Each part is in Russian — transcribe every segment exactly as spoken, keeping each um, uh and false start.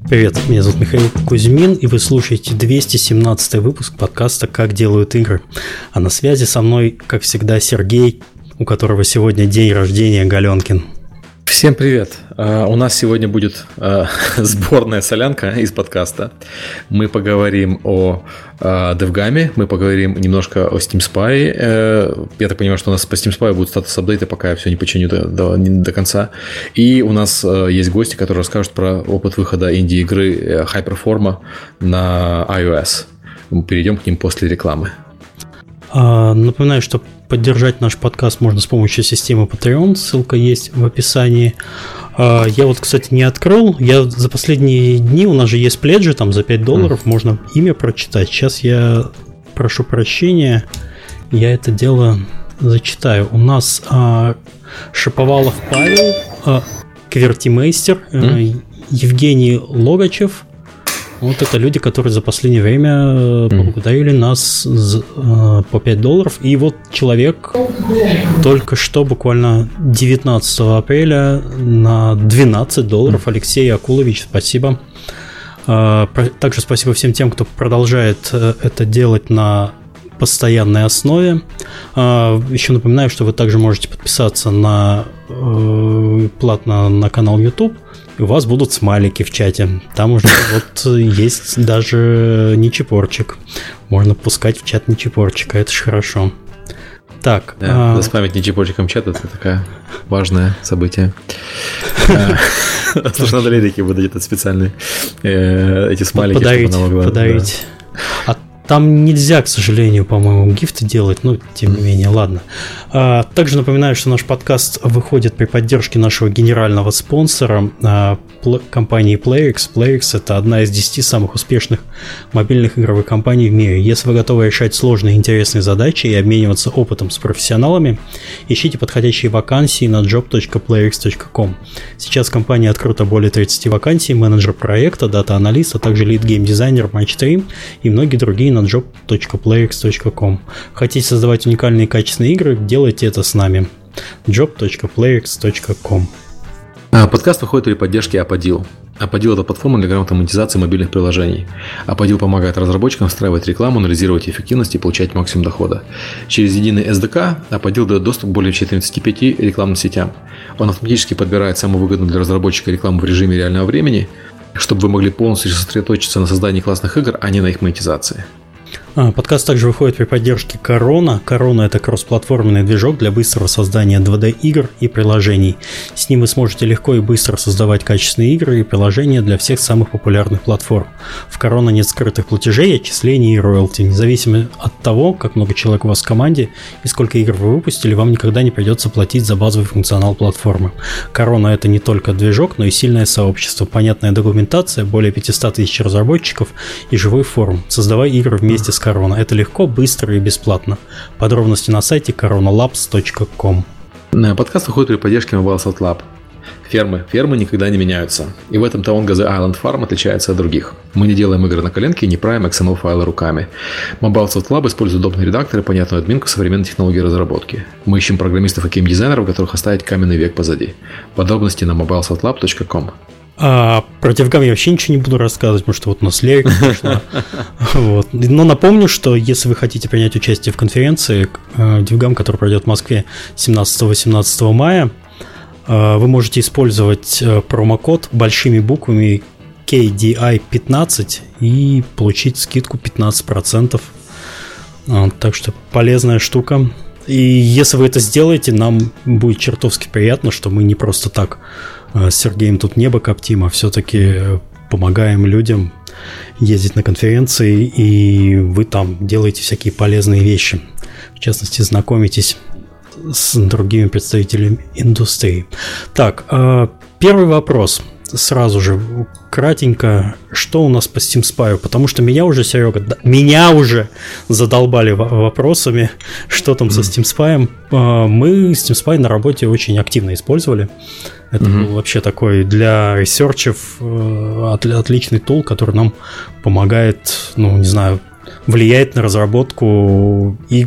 Привет, меня зовут Михаил Кузьмин, и вы слушаете двести семнадцатый выпуск подкаста «Как делают игры». А на связи со мной, как всегда, Сергей, у которого сегодня день рождения, Галенкин. Всем привет! Uh, у нас сегодня будет uh, сборная солянка из подкаста. Мы поговорим о uh, DevGAM, мы поговорим немножко о Steam Spy. Uh, я так понимаю, что у нас по Steam Spy будут статус-апдейты, пока я все не починю до, до, до конца. И у нас uh, есть гости, которые расскажут про опыт выхода инди-игры Hyperform на iOS. Мы перейдем к ним после рекламы. Uh, напоминаю, что поддержать наш подкаст можно с помощью системы Patreon, ссылка есть в описании. Я вот, кстати, не открыл. Я за последние дни, у нас же есть пледжи, там за пять долларов mm. можно имя прочитать. Сейчас я прошу прощения, я это дело зачитаю. У нас а, Шаповалов Павел, а, Квертимейстер, mm. а, Евгений Логачев. Вот это люди, которые за последнее время поблагодарили нас за, э, по пять долларов. И вот человек только что, буквально девятнадцатого апреля, на двенадцать долларов. Алексей Акулович, спасибо. Э, также спасибо всем тем, кто продолжает э, это делать на постоянной основе. Э, еще напоминаю, что вы также можете подписаться на э, платно на канал YouTube. У вас будут смайлики в чате. Там уже вот есть даже ничепорчик. Можно пускать в чат ничепорчика. Это ж хорошо. Так. Да, а... Заспамить ничепорчиком чат — это такое важное событие. Потому что надо Лерике выдать этот специальный эти смайлики. Подарить. Там нельзя, к сожалению, по-моему, гифты делать, но тем не менее, ладно. А, также напоминаю, что наш подкаст выходит при поддержке нашего генерального спонсора а, пл- компании PlayX. PlayX — это одна из десяти самых успешных мобильных игровых компаний в мире. Если вы готовы решать сложные и интересные задачи и обмениваться опытом с профессионалами, ищите подходящие вакансии на джоб точка плейикс точка ком. Сейчас в компании открыто более тридцати вакансий: менеджер проекта, дата-аналист, а также лид-гейм-дизайнер, матч-стрим и многие другие на джоб точка плейикс точка ком. Хотите создавать уникальные и качественные игры? Делайте это с нами. джоб точка плейикс точка ком. Подкаст выходит при поддержке Apodil. Apodil — это платформа для грамотной монетизации мобильных приложений. Apodil помогает разработчикам встраивать рекламу, анализировать эффективность и получать максимум дохода. Через единый эс ди кей Apodil дает доступ к более чем тридцати пяти рекламным сетям. Он автоматически подбирает самую выгодную для разработчика рекламу в режиме реального времени, чтобы вы могли полностью сосредоточиться на создании классных игр, а не на их монетизации. А, подкаст также выходит при поддержке Corona. Corona — это кроссплатформенный движок для быстрого создания два дэ-игр и приложений. С ним вы сможете легко и быстро создавать качественные игры и приложения для всех самых популярных платформ. В Corona нет скрытых платежей, отчислений и роялти. Независимо от того, как много человек у вас в команде и сколько игр вы выпустили, вам никогда не придется платить за базовый функционал платформы. Corona — это не только движок, но и сильное сообщество, понятная документация, более пятьсот тысяч разработчиков и живой форум. Создавай игры вместе с Corona. Это легко, быстро и бесплатно. Подробности на сайте корона лабс точка ком. Подкаст выходит при поддержке Mobile Salt Lab. Фермы. Фермы никогда не меняются. И в этом Taonga The Island Farm отличается от других. Мы не делаем игры на коленке и не правим икс эм эл-файлы руками. Mobile Salt Lab использует удобные редакторы, понятную админку, современные технологии разработки. Мы ищем программистов и геймдизайнеров, которых оставить каменный век позади. Подробности на мобайл салт лаб точка ком. А про DevGAM я вообще ничего не буду рассказывать, потому что вот у нас Лерика пришла. Вот. Но напомню, что если вы хотите принять участие в конференции DevGAM, которая пройдет в Москве семнадцатого-восемнадцатого мая, вы можете использовать промокод большими буквами кей ди ай пятнадцать и получить скидку пятнадцать процентов. Так что полезная штука. И если вы это сделаете, нам будет чертовски приятно, что мы не просто так с Сергеем тут небо коптим, а все-таки помогаем людям ездить на конференции, и вы там делаете всякие полезные вещи. В частности, знакомитесь с другими представителями индустрии. Так, первый вопрос. Сразу же, кратенько, что у нас по Steam Spy? Потому что меня уже, Серега, меня уже задолбали вопросами, что там со Steam Spy. Мы Steam Spy на работе очень активно использовали. Это mm-hmm. был вообще такой для ресерчев отличный тул, который нам помогает, ну, не знаю, влияет на разработку игр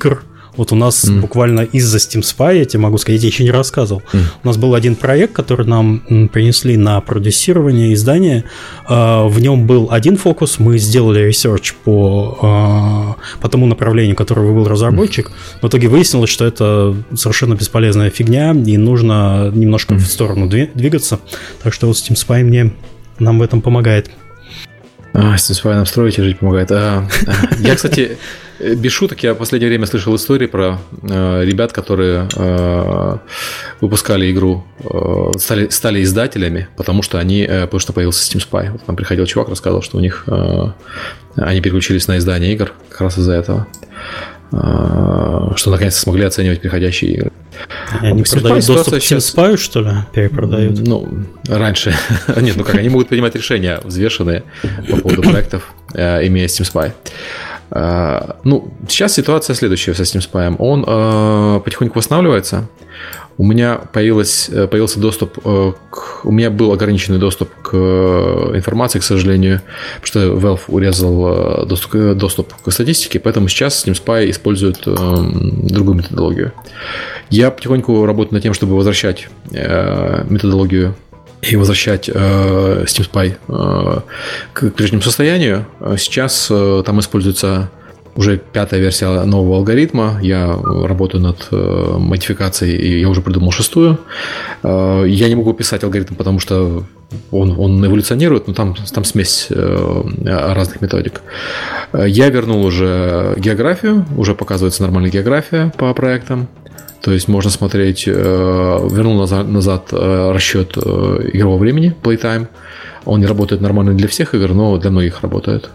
Вот у нас mm. буквально из-за Steam Spy, я тебе могу сказать, я еще не рассказывал. Mm. У нас был один проект, который нам принесли на продюсирование издания. В нем был один фокус, мы сделали ресерч по, по тому направлению, которое выбрал разработчик. В итоге выяснилось, что это совершенно бесполезная фигня, и нужно немножко mm. в сторону двигаться. Так что вот Steam Spy мне, нам в этом помогает. А, Steam Spy нам строить и жить помогает. А, я, кстати, без шуток, я в последнее время слышал истории про э, ребят, которые э, выпускали игру, э, стали, стали издателями, потому что они, э, потому что появился Steam Spy. Вот там приходил чувак, рассказывал, что у них э, они переключились на издание игр как раз из-за этого, э, что наконец-то смогли оценивать приходящие игры. Они продают доступ к Steam Spy, что ли, перепродают? Ну, раньше. Нет, ну как, они могут принимать решения взвешенные по поводу проектов, имея Steam Spy. Ну, сейчас ситуация следующая со Steam Spy. Он потихоньку восстанавливается. У меня появилось, появился доступ к... У меня был ограниченный доступ к информации, к сожалению, потому что Valve урезал доступ, доступ к статистике, поэтому сейчас Steam Spy использует другую методологию. Я потихоньку работаю над тем, чтобы возвращать методологию и возвращать э, Steam Spy э, к прежнему состоянию. Сейчас э, там используется уже пятая версия нового алгоритма. Я работаю над э, модификацией, и я уже придумал шестую. Э, я не могу писать алгоритм, потому что он, он эволюционирует, но там, там смесь э, разных методик. Я вернул уже географию, уже показывается нормальная география по проектам. То есть можно смотреть, вернул назад, назад расчет игрового времени, playtime. Он не работает нормально для всех игр, но для многих работает.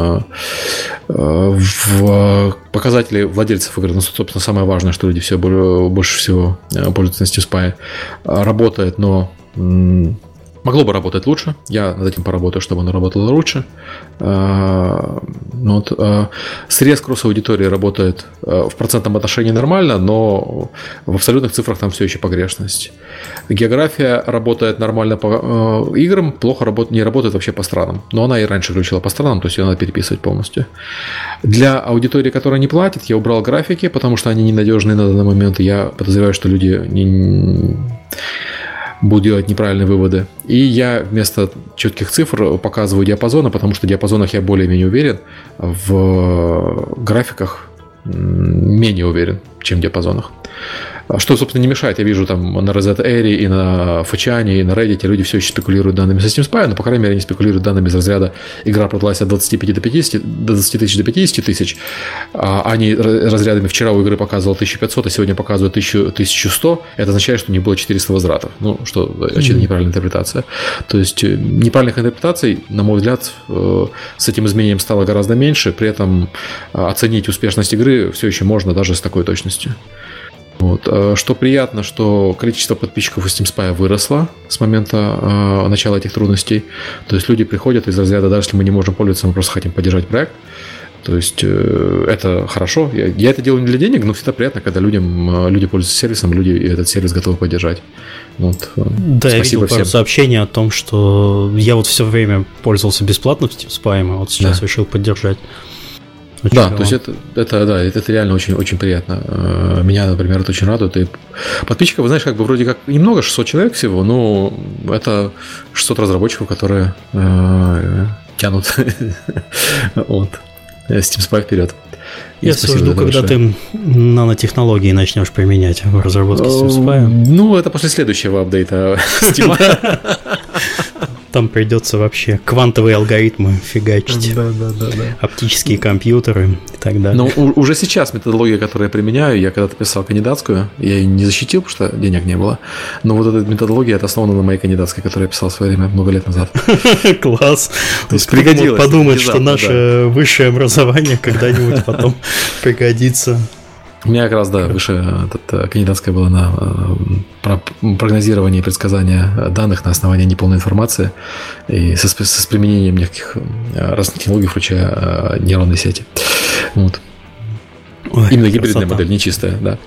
В показатели владельцев игр, ну, собственно, самое важное, что люди все больше всего пользуются на Steam Spy, работает, но могло бы работать лучше. Я над этим поработаю, чтобы оно работало лучше. Вот. Срез кросс-аудитории работает в процентном отношении нормально, но в абсолютных цифрах там все еще погрешность. География работает нормально по играм, плохо работает, не работает вообще по странам. Но она и раньше включила по странам, то есть ее надо переписывать полностью. Для аудитории, которая не платит, я убрал графики, потому что они ненадежные на данный момент. Я подозреваю, что люди не... будут делать неправильные выводы. И я вместо четких цифр показываю диапазоны, потому что в диапазонах я более-менее уверен, в графиках менее уверен, чем в диапазонах. Что, собственно, не мешает. Я вижу там на ResetEra и на Фочане, и на Reddit люди все еще спекулируют данными со Steam Spy, но, по крайней мере, они спекулируют данными из разряда игра продалась от двадцати пяти до пятидесяти, до двадцати тысяч до пятидесяти тысяч, а они разрядами вчера у игры показывал тысячу пятьсот, а сегодня показывают тысячу сто. Это означает, что не было четыреста возвратов. Ну, что, очевидно, неправильная интерпретация. То есть, неправильных интерпретаций, на мой взгляд, с этим изменением стало гораздо меньше, при этом оценить успешность игры все еще можно даже с такой точностью. Вот. Что приятно, что количество подписчиков у Steam Spy выросло с момента э, начала этих трудностей. То есть люди приходят из разряда, даже если мы не можем пользоваться, мы просто хотим поддержать проект. То есть э, это хорошо. Я, я это делаю не для денег, но всегда приятно, когда людям, люди пользуются сервисом, люди этот сервис готовы поддержать. Вот. Да, спасибо, я видел пару сообщений о том, что я вот все время пользовался бесплатно Steam Spy, а вот сейчас да. решил поддержать. Очень да, то есть это, это, да, это, это реально очень, очень приятно. Меня, например, это очень радует. И подписчиков, знаешь, как бы вроде как немного, шестьсот человек всего, но это шестьсот разработчиков, которые э, тянут вот. Steam Spy вперед. Я все жду, когда ты нанотехнологии начнешь применять в разработке Steam Spy. Ну, это после следующего апдейта Steam. Там придется вообще квантовые алгоритмы фигачить, да, да, да, да. оптические компьютеры и так далее. Но у- уже сейчас методология, которую я применяю, я когда-то писал кандидатскую, я ее не защитил, потому что денег не было, но вот эта методология, это основана на моей кандидатской, которую я писал в свое время, много лет назад. Класс. То есть пригодилось. Подумать, что наше высшее образование когда-нибудь потом пригодится. У меня как раз, да, выше этот, кандидатская была на про прогнозирование и предсказание данных на основании неполной информации и со, с применением неких разных технологий, включая нейронные сети. Вот. Ой, именно гибридная красота. Модель, не чистая, да.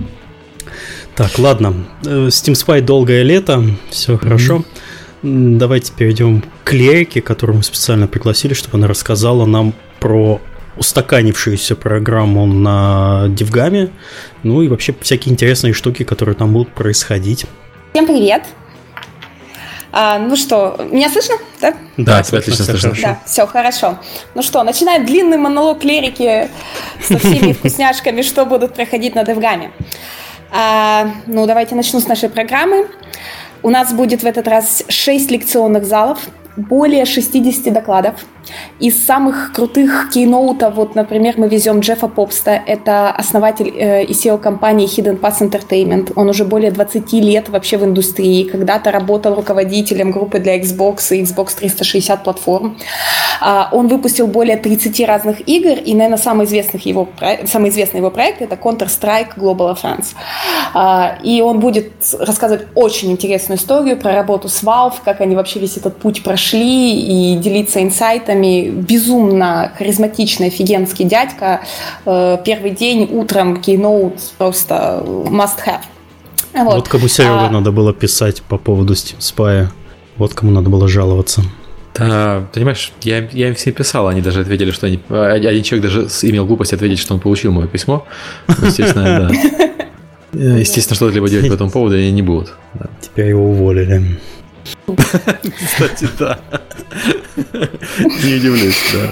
Так, ладно. Steam Spy долгое лето, все хорошо. Mm-hmm. Давайте перейдем к Лерике, которую мы специально пригласили, чтобы она рассказала нам про устаканившуюся программу на DevGam, ну и вообще всякие интересные штуки, которые там будут происходить. Всем привет! А, ну что, меня слышно? Да, да тебя отлично слышно. Да, все, хорошо. Ну что, начинаем длинный монолог лирики со всеми вкусняшками, что будут проходить на DevGam. А, ну, давайте начну с нашей программы. У нас будет в этот раз шесть лекционных залов, более шестьдесят докладов. Из самых крутых кейноутов, вот, например, мы везем Джеффа Попста, это основатель э, и си и о компании Hidden Path Entertainment. Он уже более двадцать лет вообще в индустрии, когда-то работал руководителем группы для Xbox и Xbox триста шестьдесят платформ. А, он выпустил более тридцать разных игр, и, наверное, самый известный его, самый известный его проект – это Counter-Strike Global Offense. А, и он будет рассказывать очень интересную историю про работу с Valve, как они вообще весь этот путь прошли, и делиться инсайтами. Безумно харизматичный, офигенский дядька. Первый день, утром, кейноут просто must have. Вот, вот кому Серега а... надо было писать по поводу Steam Spy. Вот кому надо было жаловаться. Да, понимаешь, я, я им все писал, они даже ответили, что они... Один человек даже имел глупость ответить, что он получил мое письмо. Естественно, да. Естественно, что-то либо делать по этому поводу они не будут. Теперь его уволили. Кстати, да. Не удивлюсь, да.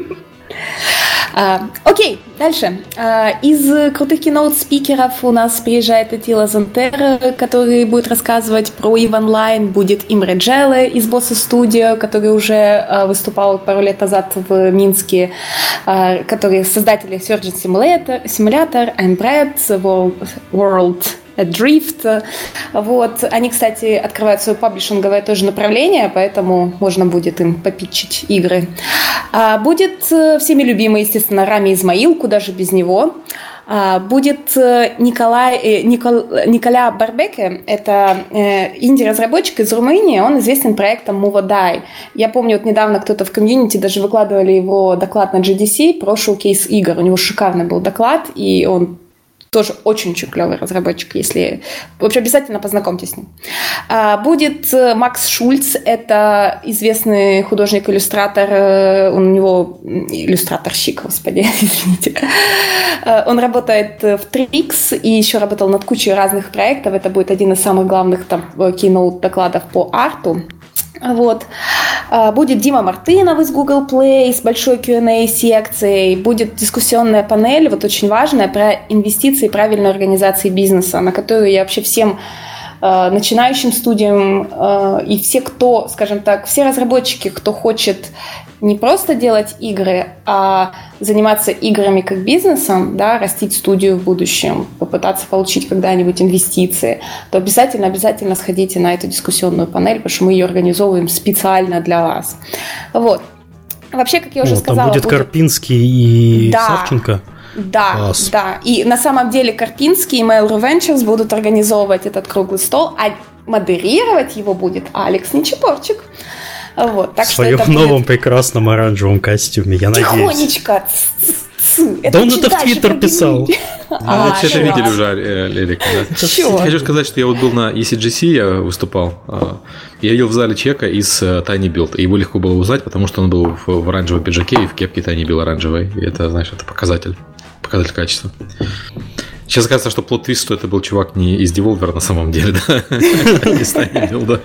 Uh, окей, дальше. Uh, из крутых киноут-спикеров у нас приезжает Атила Зантер, который будет рассказывать про EVE Online, будет Имре Джеле из Bossa Studio, который уже uh, выступал пару лет назад в Минске, uh, которые создатели Surgeon Simulator, Simulator Einbred, World, World Drift. Вот. Они, кстати, открывают свое паблишинговое тоже направление, поэтому можно будет им попитчить игры. А будет всеми любимый, естественно, Рами Измаил, куда же без него. А будет Николай, Никол, Николя Барбеке, это инди-разработчик из Румынии, он известен проектом Movodai. Я помню, вот недавно кто-то в комьюнити даже выкладывали его доклад на джи ди си про шоу-кейс игр. У него шикарный был доклад, и он тоже очень-очень клевый разработчик, если... Вообще обязательно познакомьтесь с ним. Будет Макс Шульц, это известный художник-иллюстратор, у него иллюстраторщик, господи, извините. Он работает в Trix и еще работал над кучей разных проектов. Это будет один из самых главных там кейноут-докладов по арту. Вот. Будет Дима Мартынов из Google Play с большой кью энд эй-секцией. Будет дискуссионная панель, вот очень важная, про инвестиции и правильную организацию бизнеса, на которую я вообще всем э, начинающим студиям э, и все, кто, скажем так, все разработчики, кто хочет не просто делать игры, а заниматься играми как бизнесом, да, растить студию в будущем, попытаться получить когда-нибудь инвестиции, то обязательно-обязательно сходите на эту дискуссионную панель, потому что мы ее организовываем специально для вас. Вот. Вообще, как я уже О, сказала... Там будет, будет... Карпинский и да. Савченко. Да, Класс. да. И на самом деле Карпинский и Mail.ru Ventures будут организовывать этот круглый стол, а модерировать его будет Алекс Нечипорчик. Вот, так в своем что новом будет... прекрасном оранжевом костюме, я надеюсь. Тихонечко. Да он это в Твиттер писал. А, все это видели уже, Лерик. Хочу сказать, что я вот был на и си джи си, я выступал. Я видел в зале чека из Tiny Build. Его легко было узнать, потому что он был в оранжевом пиджаке и в кепке Tiny Build оранжевой. И это, знаешь, это показатель. Показатель качества. Сейчас кажется, что плот-твист, что это был чувак не из Devolver на самом деле, да? Из Tiny Build, да.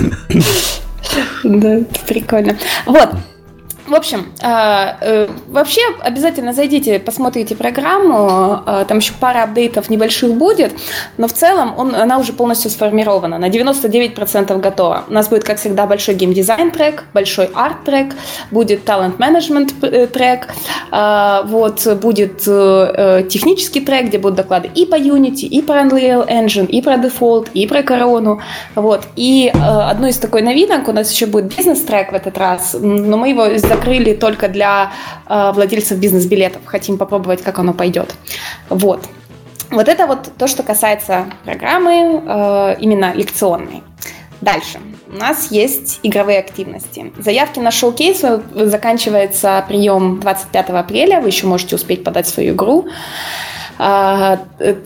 Да, прикольно. Вот. В общем, вообще обязательно зайдите, посмотрите программу, там еще пара апдейтов небольших будет, но в целом он, она уже полностью сформирована, на девяносто девять процентов готова. У нас будет, как всегда, большой геймдизайн трек, большой арт-трек, будет талент-менеджмент трек, вот, будет технический трек, где будут доклады и по Unity, и про Unreal Engine, и про Default, и про Корону, вот. И одну из такой новинок, у нас еще будет бизнес-трек в этот раз, но мы его закрыли только для э, владельцев бизнес-билетов. Хотим попробовать, как оно пойдет. Вот. Вот это вот то, что касается программы э, именно лекционной. Дальше. У нас есть игровые активности. Заявки на шоу-кейс, заканчивается прием двадцать пятого апреля. Вы еще можете успеть подать свою игру.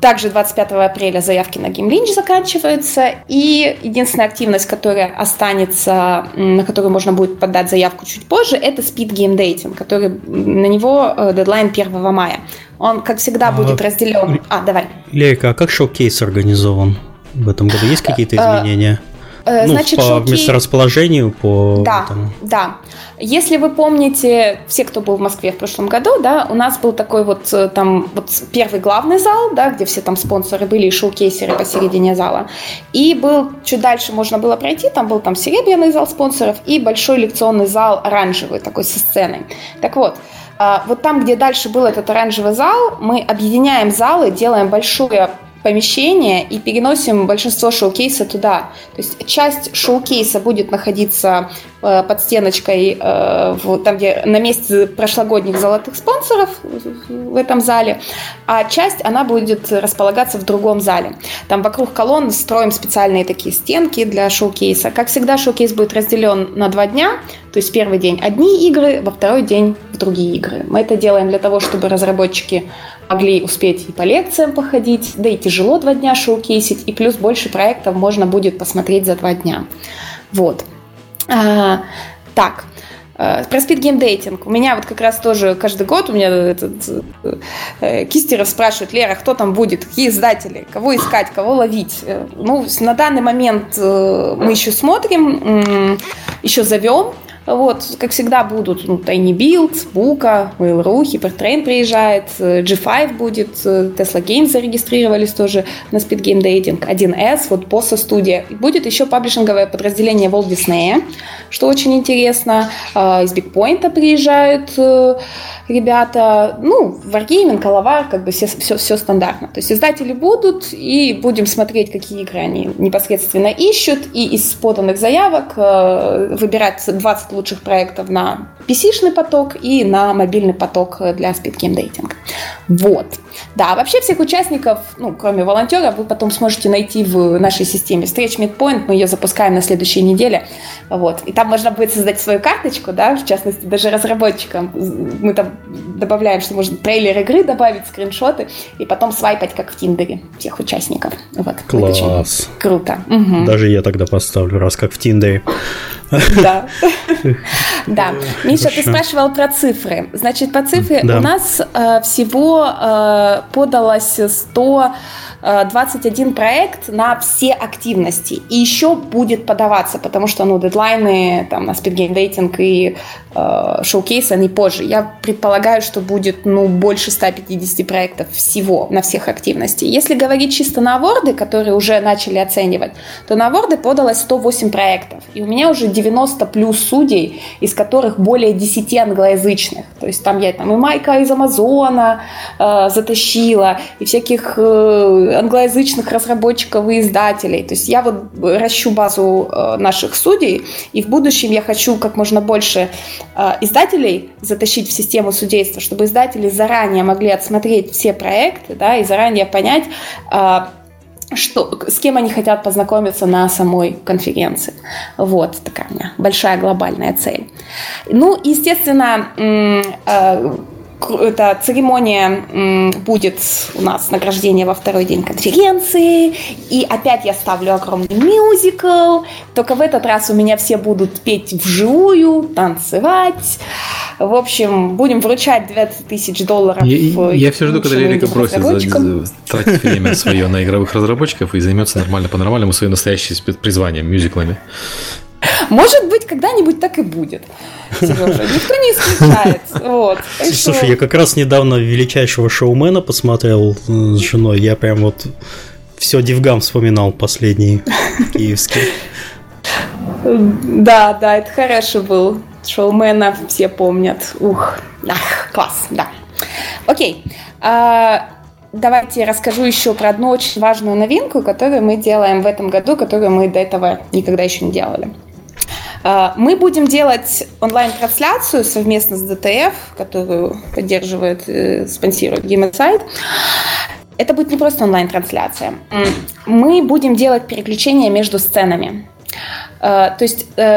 Также двадцать пятого апреля заявки на Game Lynch заканчиваются. И единственная активность, которая останется, на которую можно будет подать заявку чуть позже, это Speed Game Dating, который на него дедлайн первого мая. Он, как всегда, а, будет разделен... А, давай. Лерика, а как шоу-кейс организован в этом году? Есть какие-то изменения? Ну, Значит, по шоу-кейс... месторасположению, по... Да, там... да. Если вы помните, все, кто был в Москве в прошлом году, да, у нас был такой вот там вот первый главный зал, да, где все там спонсоры были и шоу-кейсеры посередине зала. И был, чуть дальше можно было пройти, там был там серебряный зал спонсоров и большой лекционный зал оранжевый, такой со сценой. Так вот, вот там, где дальше был этот оранжевый зал, мы объединяем залы, делаем большое помещение и переносим большинство шоу-кейса туда. То есть часть шоу-кейса будет находиться э, под стеночкой э, в, там, где на месте прошлогодних золотых спонсоров в этом зале, а часть она будет располагаться в другом зале. Там вокруг колонн строим специальные такие стенки для шоу-кейса. Как всегда, шоу-кейс будет разделен на два дня. То есть первый день одни игры, во второй день другие игры. Мы это делаем для того, чтобы разработчики могли успеть и по лекциям походить, да и тяжело два дня шоу-кейсить, и плюс больше проектов можно будет посмотреть за два дня. Вот. А, так. Про Speed Game Dating. У меня вот как раз тоже каждый год у меня этот, э, Кистеров спрашивает: Лера, кто там будет, какие издатели, кого искать, кого ловить. Ну, на данный момент э, мы еще смотрим, э, еще зовем. Вот, как всегда будут ну, Tiny Build, Бука, Mail.ru, Hypertrain приезжает, джи пять будет, Tesla Games зарегистрировались тоже на Speed Game Dating, один эс, вот Bossa студия. Будет еще паблишинговое подразделение Walt Disney, что очень интересно. Из Big Point приезжают ребята. Ну, Wargaming, Коловар, как бы все, все, все стандартно. То есть издатели будут, и будем смотреть, какие игры они непосредственно ищут, и из поданных заявок выбирать двадцать лучших проектов на пи си-шный поток и на мобильный поток для Speed Game Dating. Вот. Да, вообще всех участников, ну, кроме волонтеров, вы потом сможете найти в нашей системе Stretch Midpoint. Мы ее запускаем на следующей неделе. Вот. И там можно будет создать свою карточку, да, в частности, даже разработчикам. Мы там добавляем, что можно трейлер игры добавить, скриншоты, и потом свайпать, как в Тиндере, всех участников. Вот. Класс. Круто. Угу. Даже я тогда поставлю, раз как в Тиндере. Да. Да. Миша, ты спрашивал про цифры. Значит, по цифре у нас всего подалось сто двадцать один проект на все активности. И еще будет подаваться, потому что ну, дедлайны там, на Speed Game Dating и э, шоу-кейс, они позже. Я предполагаю, что будет ну, больше ста пятидесяти проектов всего на всех активностях. Если говорить чисто на аворды, которые уже начали оценивать, то на аворды подалось сто восемь проектов. И у меня уже девяносто плюс судей, из которых более десять англоязычных. То есть там я там, и Майка из Амазона э, затащила, и всяких э, англоязычных разработчиков и издателей. То есть я вот ращу базу э, наших судей, и в будущем я хочу как можно больше э, издателей затащить в систему судейства, чтобы издатели заранее могли отсмотреть все проекты, да, и заранее понять, э, что, с кем они хотят познакомиться на самой конференции. Вот такая у меня большая глобальная цель. Ну, естественно, э, э, эта церемония м, будет у нас награждение во второй день конференции. И опять я ставлю огромный мюзикл. Только в этот раз у меня все будут петь вживую, танцевать. В общем, будем вручать двадцать тысяч долларов. Я, я все жду, когда Лерика бросит тратить время свое на игровых разработчиков и займется нормально по-нормальному своим настоящим призванием, мюзиклами. Может быть, когда-нибудь так и будет, Сережа. Никто не исключает. Вот. Слушай, что... я как раз недавно величайшего шоумена посмотрел с женой. Я прям вот все DevGam вспоминал последний киевский. Да, да, это хороший был. Шоумена все помнят. Ух, ах, класс, да. Окей. А, давайте я расскажу еще про одну очень важную новинку, которую мы делаем в этом году, которую мы до этого никогда еще не делали. Мы будем делать онлайн-трансляцию совместно с ди ти эф, которую поддерживает, спонсирует Game Insight. Это будет не просто онлайн-трансляция. Мы будем делать переключения между сценами. То есть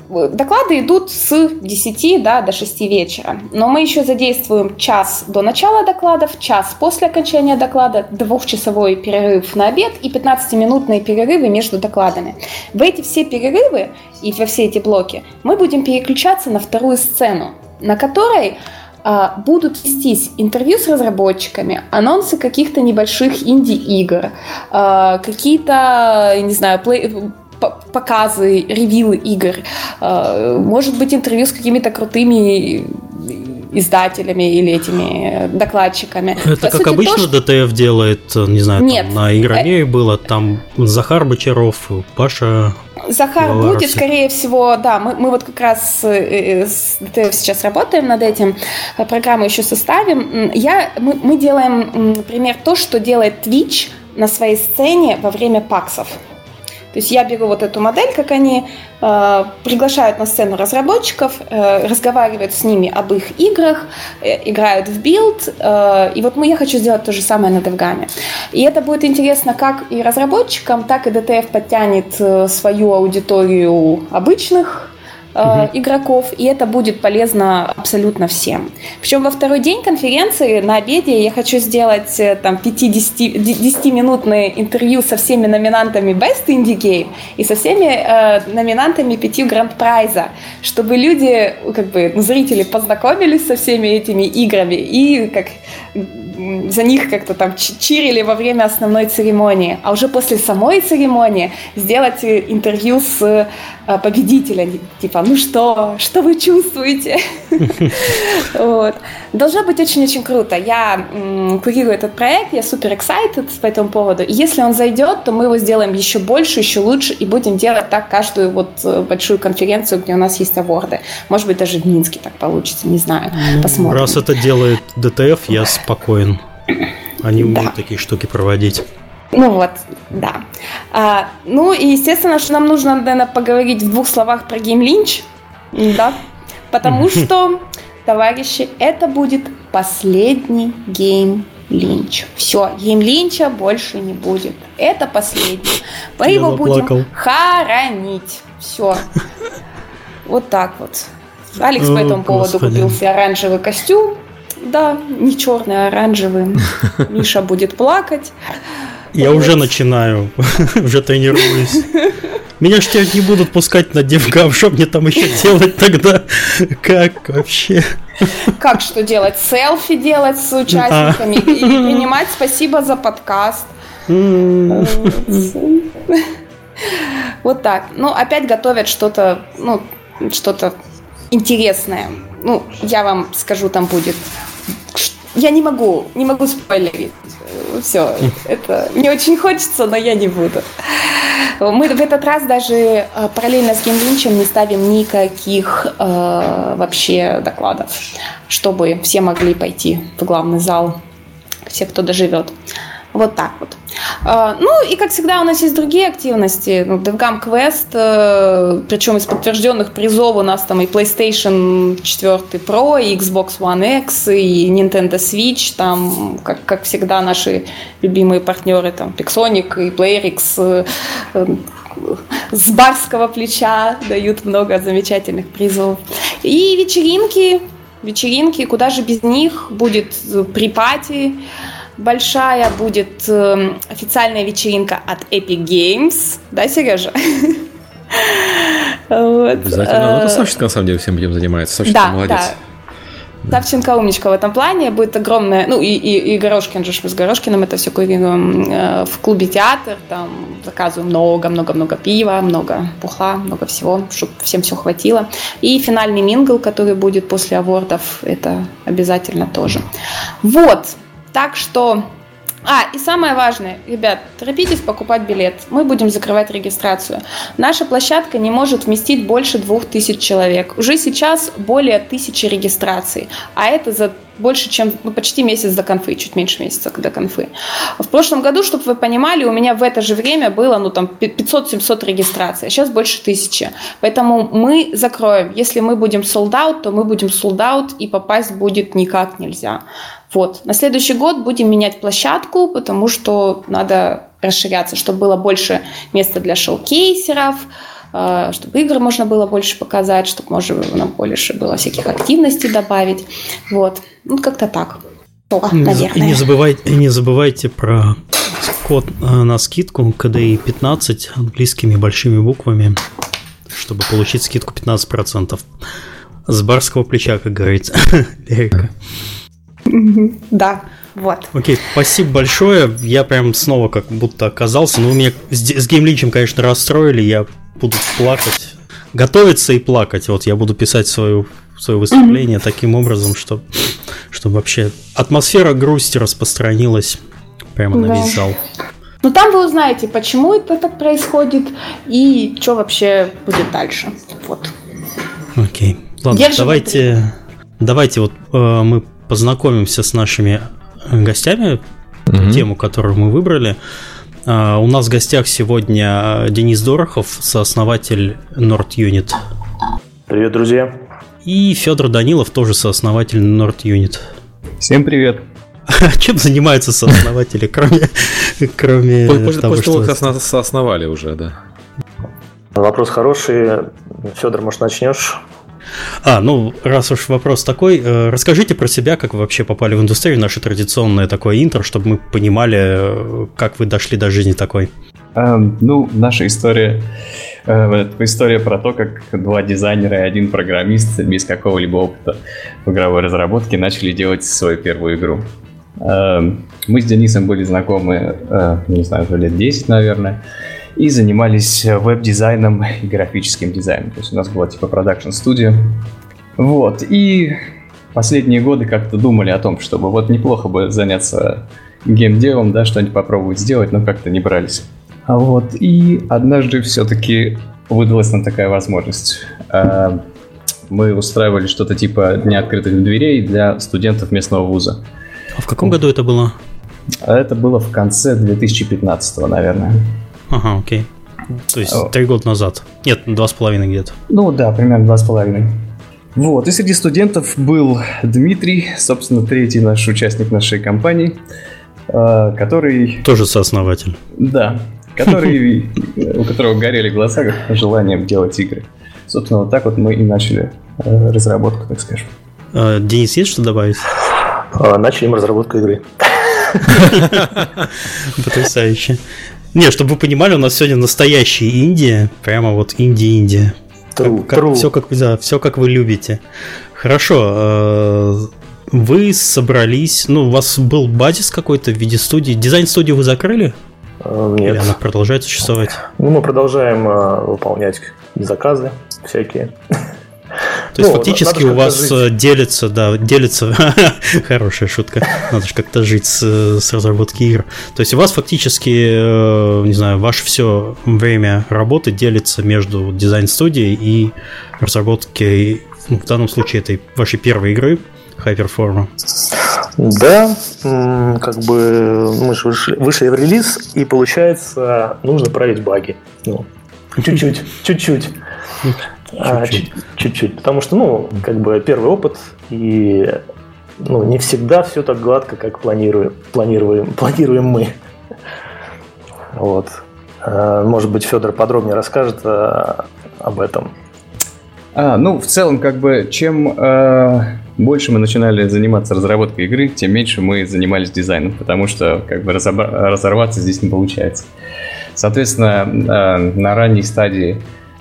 доклады идут с десяти, да, до шести вечера, но мы еще задействуем час до начала докладов, час после окончания доклада, двухчасовой перерыв на обед и пятнадцатиминутные перерывы между докладами. В эти все перерывы и во все эти блоки мы будем переключаться на вторую сцену, на которой а, будут вестись интервью с разработчиками, анонсы каких-то небольших инди-игр, а, какие-то, не знаю, плей... показы, ревьюлы игр, может быть, интервью с какими-то крутыми издателями или этими докладчиками. Это, по как сути, обычно то, ди ти эф делает, не знаю, Нет. Там, на Игромире было, там Захар Бочаров, Паша... Захар Беларуси. Будет, скорее всего, да, мы, мы вот как раз с ди ти эф сейчас работаем над этим, программу еще составим. Я, мы, мы делаем, например, то, что делает Twitch на своей сцене во время паксов. То есть я беру вот эту модель, как они э, приглашают на сцену разработчиков, э, разговаривают с ними об их играх, э, играют в билд, э, и вот мы, я хочу сделать то же самое на DevGAMM. И это будет интересно как и разработчикам, так и ди ти эф подтянет э, свою аудиторию обычных Uh-huh. игроков, и это будет полезно абсолютно всем. Причем во второй день конференции на обеде я хочу сделать там пяти-десятиминутное интервью со всеми номинантами Best Indie Game и со всеми э, номинантами пяти гранд-прайза, чтобы люди, как бы, зрители познакомились со всеми этими играми и как за них как-то там чирили во время основной церемонии, а уже после самой церемонии сделать интервью с победителями, типа, ну что, что вы чувствуете? Вот. Должно быть очень-очень круто. Я м, курирую этот проект, я супер excited по этому поводу. И если он зайдет, то мы его сделаем еще больше, еще лучше, и будем делать так каждую вот большую конференцию, где у нас есть аворды. Может быть, даже в Минске так получится, не знаю. Ну, посмотрим. Раз это делает ди ти эф, я спокоен. Они умеют да. такие штуки проводить. Ну вот, да. А, ну и естественно, что нам нужно, наверное, поговорить в двух словах про Game Lynch, да, потому что, товарищи, это будет последний Game Lynch. Все, Game Lynch больше не будет. Это последний. Мы его будем хоронить. Все. Вот так вот. Алекс по этому поводу купил себе оранжевый костюм. Да, не черный, а оранжевый. Миша будет плакать. Я вот. уже начинаю, уже тренируюсь. Меня ж теперь не будут пускать на DevGAMM, что мне там еще делать тогда? Как вообще? Как что делать? Селфи делать с участниками и принимать спасибо за подкаст. Вот так. Ну, опять готовят что-то, ну, что-то интересное. Ну, я вам скажу, там будет... Я не могу, не могу спойлерить. Все, это мне очень хочется, но я не буду. Мы в этот раз даже параллельно с Game Lynch не ставим никаких э, вообще докладов, чтобы все могли пойти в главный зал, все, кто доживет. Вот так вот. Ну и, как всегда, у нас есть другие активности. Ну, DevGAMM Quest, причем из подтвержденных призов у нас там и PlayStation четыре Pro, и Xbox One X, и Nintendo Switch, там, как, как всегда, наши любимые партнеры, там, Pixonic и PlayerX с барского плеча дают много замечательных призов. И вечеринки, вечеринки, куда же без них, будет при-пати. Большая будет э, официальная вечеринка от Epic Games. Да, Сережа? Обязательно. Это Савченко, на самом деле, всем этим занимается. Савченко молодец. Савченко умничка в этом плане. Будет огромная... Ну, и, и, и Горошкин же, мы с Горошкиным это все курируем э, в клубе театр. Там заказываем много-много-много пива, много пухла, много всего, чтобы всем все хватило. И финальный мингл, который будет после авордов, это обязательно тоже. Вот. Так что... А, и самое важное, ребят, торопитесь покупать билет. Мы будем закрывать регистрацию. Наша площадка не может вместить больше двух тысяч человек. Уже сейчас более тысячи регистраций. А это за больше, чем ну, почти месяц до конфы, чуть меньше месяца до конфы. В прошлом году, чтобы вы понимали, у меня в это же время было ну, там, пятьсот-семьсот регистраций, а сейчас больше тысячи. Поэтому мы закроем. Если мы будем sold out, то мы будем sold out, и попасть будет никак нельзя. Вот. На следующий год будем менять площадку, потому что надо расширяться, чтобы было больше места для шоу-кейсеров, чтобы игры можно было больше показать, чтобы можно больше было всяких активностей добавить. Вот. Ну, как-то так. О, и не забывайте, не забывайте про код на скидку кей ди и пятнадцать английскими большими буквами, чтобы получить скидку пятнадцать процентов. С барского плеча, как говорится. Лерика. Да, вот. Окей, спасибо большое. Я прям снова как будто оказался. Ну, вы меня с геймличем, конечно, расстроили. Я буду плакать. Готовиться и плакать. Вот я буду писать свою, свое выступление mm-hmm. таким образом, что, чтобы вообще атмосфера грусти распространилась прямо да. на весь зал. Ну, там вы узнаете, почему это так происходит и что вообще будет дальше. Вот. Окей. Ладно, Держим давайте, давайте вот э, мы познакомимся с нашими гостями, mm-hmm. тему, которую мы выбрали. Uh, у нас в гостях сегодня Денис Дорохов, сооснователь NordUnit. Привет, друзья. И Федор Данилов, тоже сооснователь NordUnit. Всем привет. Чем занимаются сооснователи, кроме, кроме после, того, после того, как соосновали уже, да? Вопрос хороший. Федор, может, начнешь? А, ну, раз уж вопрос такой, э, расскажите про себя, как вы вообще попали в индустрию, наше традиционное такое интро, чтобы мы понимали, как вы дошли до жизни такой. А, ну, наша история, э, история про то, как два дизайнера и один программист без какого-либо опыта в игровой разработке начали делать свою первую игру. Э, мы с Денисом были знакомы, э, не знаю, уже лет десять, наверное, и занимались веб-дизайном и графическим дизайном. То есть у нас была типа продакшн-студия. Вот. И последние годы как-то думали о том, чтобы вот неплохо бы заняться геймдевом, да, что-нибудь попробовать сделать, но как-то не брались. А вот. И однажды все-таки выдалась нам такая возможность. Мы устраивали что-то типа Дня открытых дверей для студентов местного вуза. А в каком году это было? Это было в конце две тысячи пятнадцатого, наверное. Ага, окей. То есть три года назад. Нет, два с половиной где-то. Ну да, примерно два с половиной. Вот, и среди студентов был Дмитрий, собственно, третий наш участник нашей компании, который... Тоже сооснователь. Да, который, у которого горели глаза желанием делать игры. Собственно, вот так вот мы и начали разработку, так скажем. Денис, есть что добавить? Начали мы разработку игры. Потрясающе. Не, чтобы вы понимали, у нас сегодня настоящая Индия, прямо вот Индия-Индия. True, как, true. Все, как, да, все как вы любите. Хорошо, вы собрались, ну, у вас был базис какой-то в виде студии. Дизайн-студию вы закрыли? Нет. Или она продолжает существовать? Ну, мы продолжаем uh, выполнять заказы всякие. То есть, ну, фактически у вас жить. делится, да, делится, хорошая шутка, надо же как-то жить с, с разработки игр. То есть у вас фактически, не знаю, ваше все время работы делится между дизайн-студией и разработкой, ну, в данном случае, этой вашей первой игры, Hyperform. Да, как бы мы же вышли, вышли в релиз, и получается, нужно править баги. Ну, чуть-чуть, чуть-чуть. А, чуть-чуть, потому что, ну, как бы первый опыт, и ну, не всегда все так гладко, как планируем, планируем, планируем мы. Вот. Может быть, Федор подробнее расскажет об этом. А, ну, в целом, как бы, чем э, больше мы начинали заниматься разработкой игры, тем меньше мы занимались дизайном, потому что, как бы, разобра- разорваться здесь не получается. Соответственно, э, на ранней стадии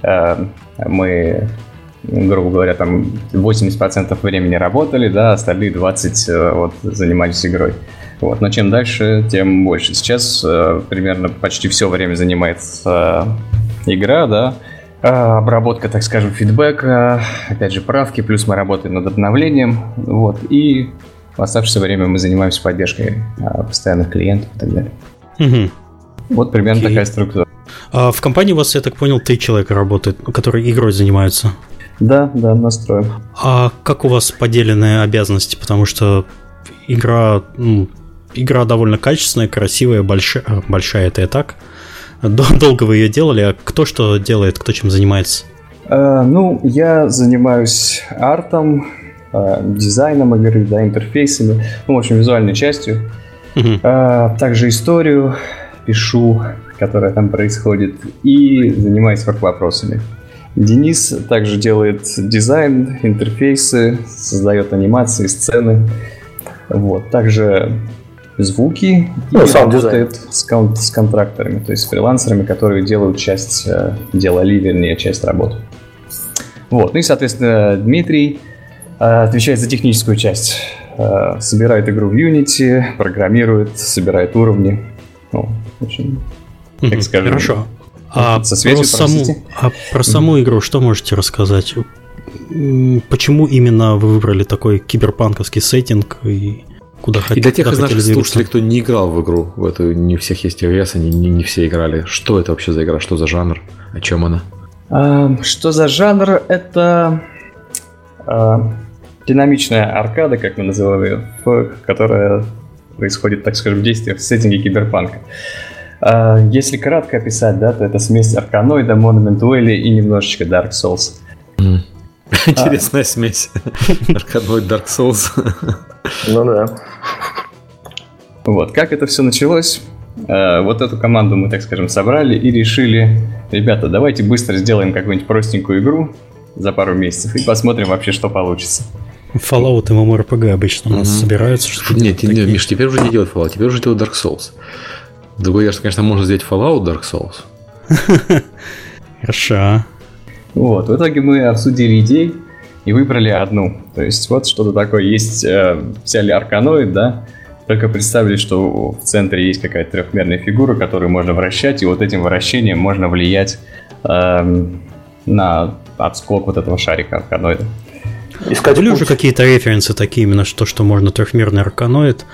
мы, грубо говоря, там восемьдесят процентов времени работали, да, остальные двадцать процентов вот, занимались игрой. Вот. Но чем дальше, тем больше. Сейчас э, примерно почти все время занимается э, игра, да, э, обработка, так скажем, фидбэка, опять же, правки, плюс мы работаем над обновлением, вот, и в оставшееся время мы занимаемся поддержкой э, постоянных клиентов и так далее. Угу. Вот примерно okay. такая структура. А в компании у вас, я так понял, три человека работают, которые игрой занимаются. Да, да, настроим. А как у вас поделены обязанности? Потому что игра, ну, игра довольно качественная, красивая, большая, большая это и так. Долго вы ее делали, а кто что делает, кто чем занимается? А, ну, я занимаюсь артом, дизайном игры, да, интерфейсами, ну, в общем, визуальной частью. Uh-huh. А, также историю пишу, которая там происходит, и занимаюсь веб-вопросами. Денис также делает дизайн, интерфейсы, создает анимации, сцены. Вот. Также звуки, ну, и работает с, кон- с контракторами, то есть с фрилансерами, которые делают часть э, дела, вернее, часть работы. Вот. Ну и, соответственно, Дмитрий э, отвечает за техническую часть. Э, собирает игру в Unity, программирует, собирает уровни. Ну, очень, mm-hmm. так скажем... Хорошо. А про, саму, а про саму игру что можете рассказать? Почему именно вы выбрали такой киберпанковский сеттинг и куда хотели? И для тех из наших слушателей, кто не играл в игру, в эту, не у всех есть ай о эс, они не, не все играли. Что это вообще за игра? Что за жанр? О чем она? А, что за жанр? Это а, динамичная аркада, как мы называем ее, которая происходит, так скажем, в действиях в сеттинге киберпанка. Если кратко описать, да, то это смесь Арканоида, Monument Valley и немножечко Dark Souls. Mm. Интересная а. смесь. Арканоид, Dark Souls. Ну да. Вот, как это все началось? Вот эту команду мы, так скажем, собрали и решили: ребята, давайте быстро сделаем какую-нибудь простенькую игру за пару месяцев и посмотрим вообще, что получится. Fallout и MMORPG обычно у нас mm-hmm. собираются. Что нет, нет, Миш, теперь уже не делают Fallout, теперь уже делают Dark Souls. Другой, конечно, можно сделать Fallout Dark Souls. Хорошо. Вот, в итоге мы обсудили идеи и выбрали одну. То есть вот что-то такое есть, э, взяли Арканоид, да, только представили, что в центре есть какая-то трехмерная фигура, которую можно вращать, и вот этим вращением можно влиять э, на отскок вот этого шарика Арканоида. Искать Были путь. Уже какие-то референсы такие, именно что, что можно трехмерный Арканоид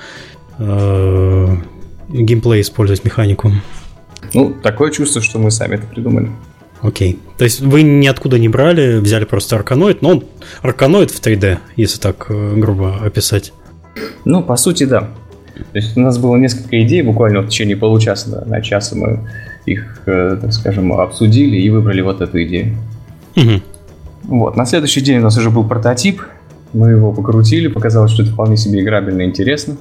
э, геймплей использовать механику? Ну, такое чувство, что мы сами это придумали. Окей. То есть вы ниоткуда не брали, взяли просто Арканоид, но он Арканоид в три дэ, если так грубо описать. Ну, по сути, да. То есть у нас было несколько идей, буквально в течение получаса, да, на час мы их, так скажем, обсудили и выбрали вот эту идею. Угу. Вот. На следующий день у нас уже был прототип, мы его покрутили, показалось, что это вполне себе играбельно и интересно.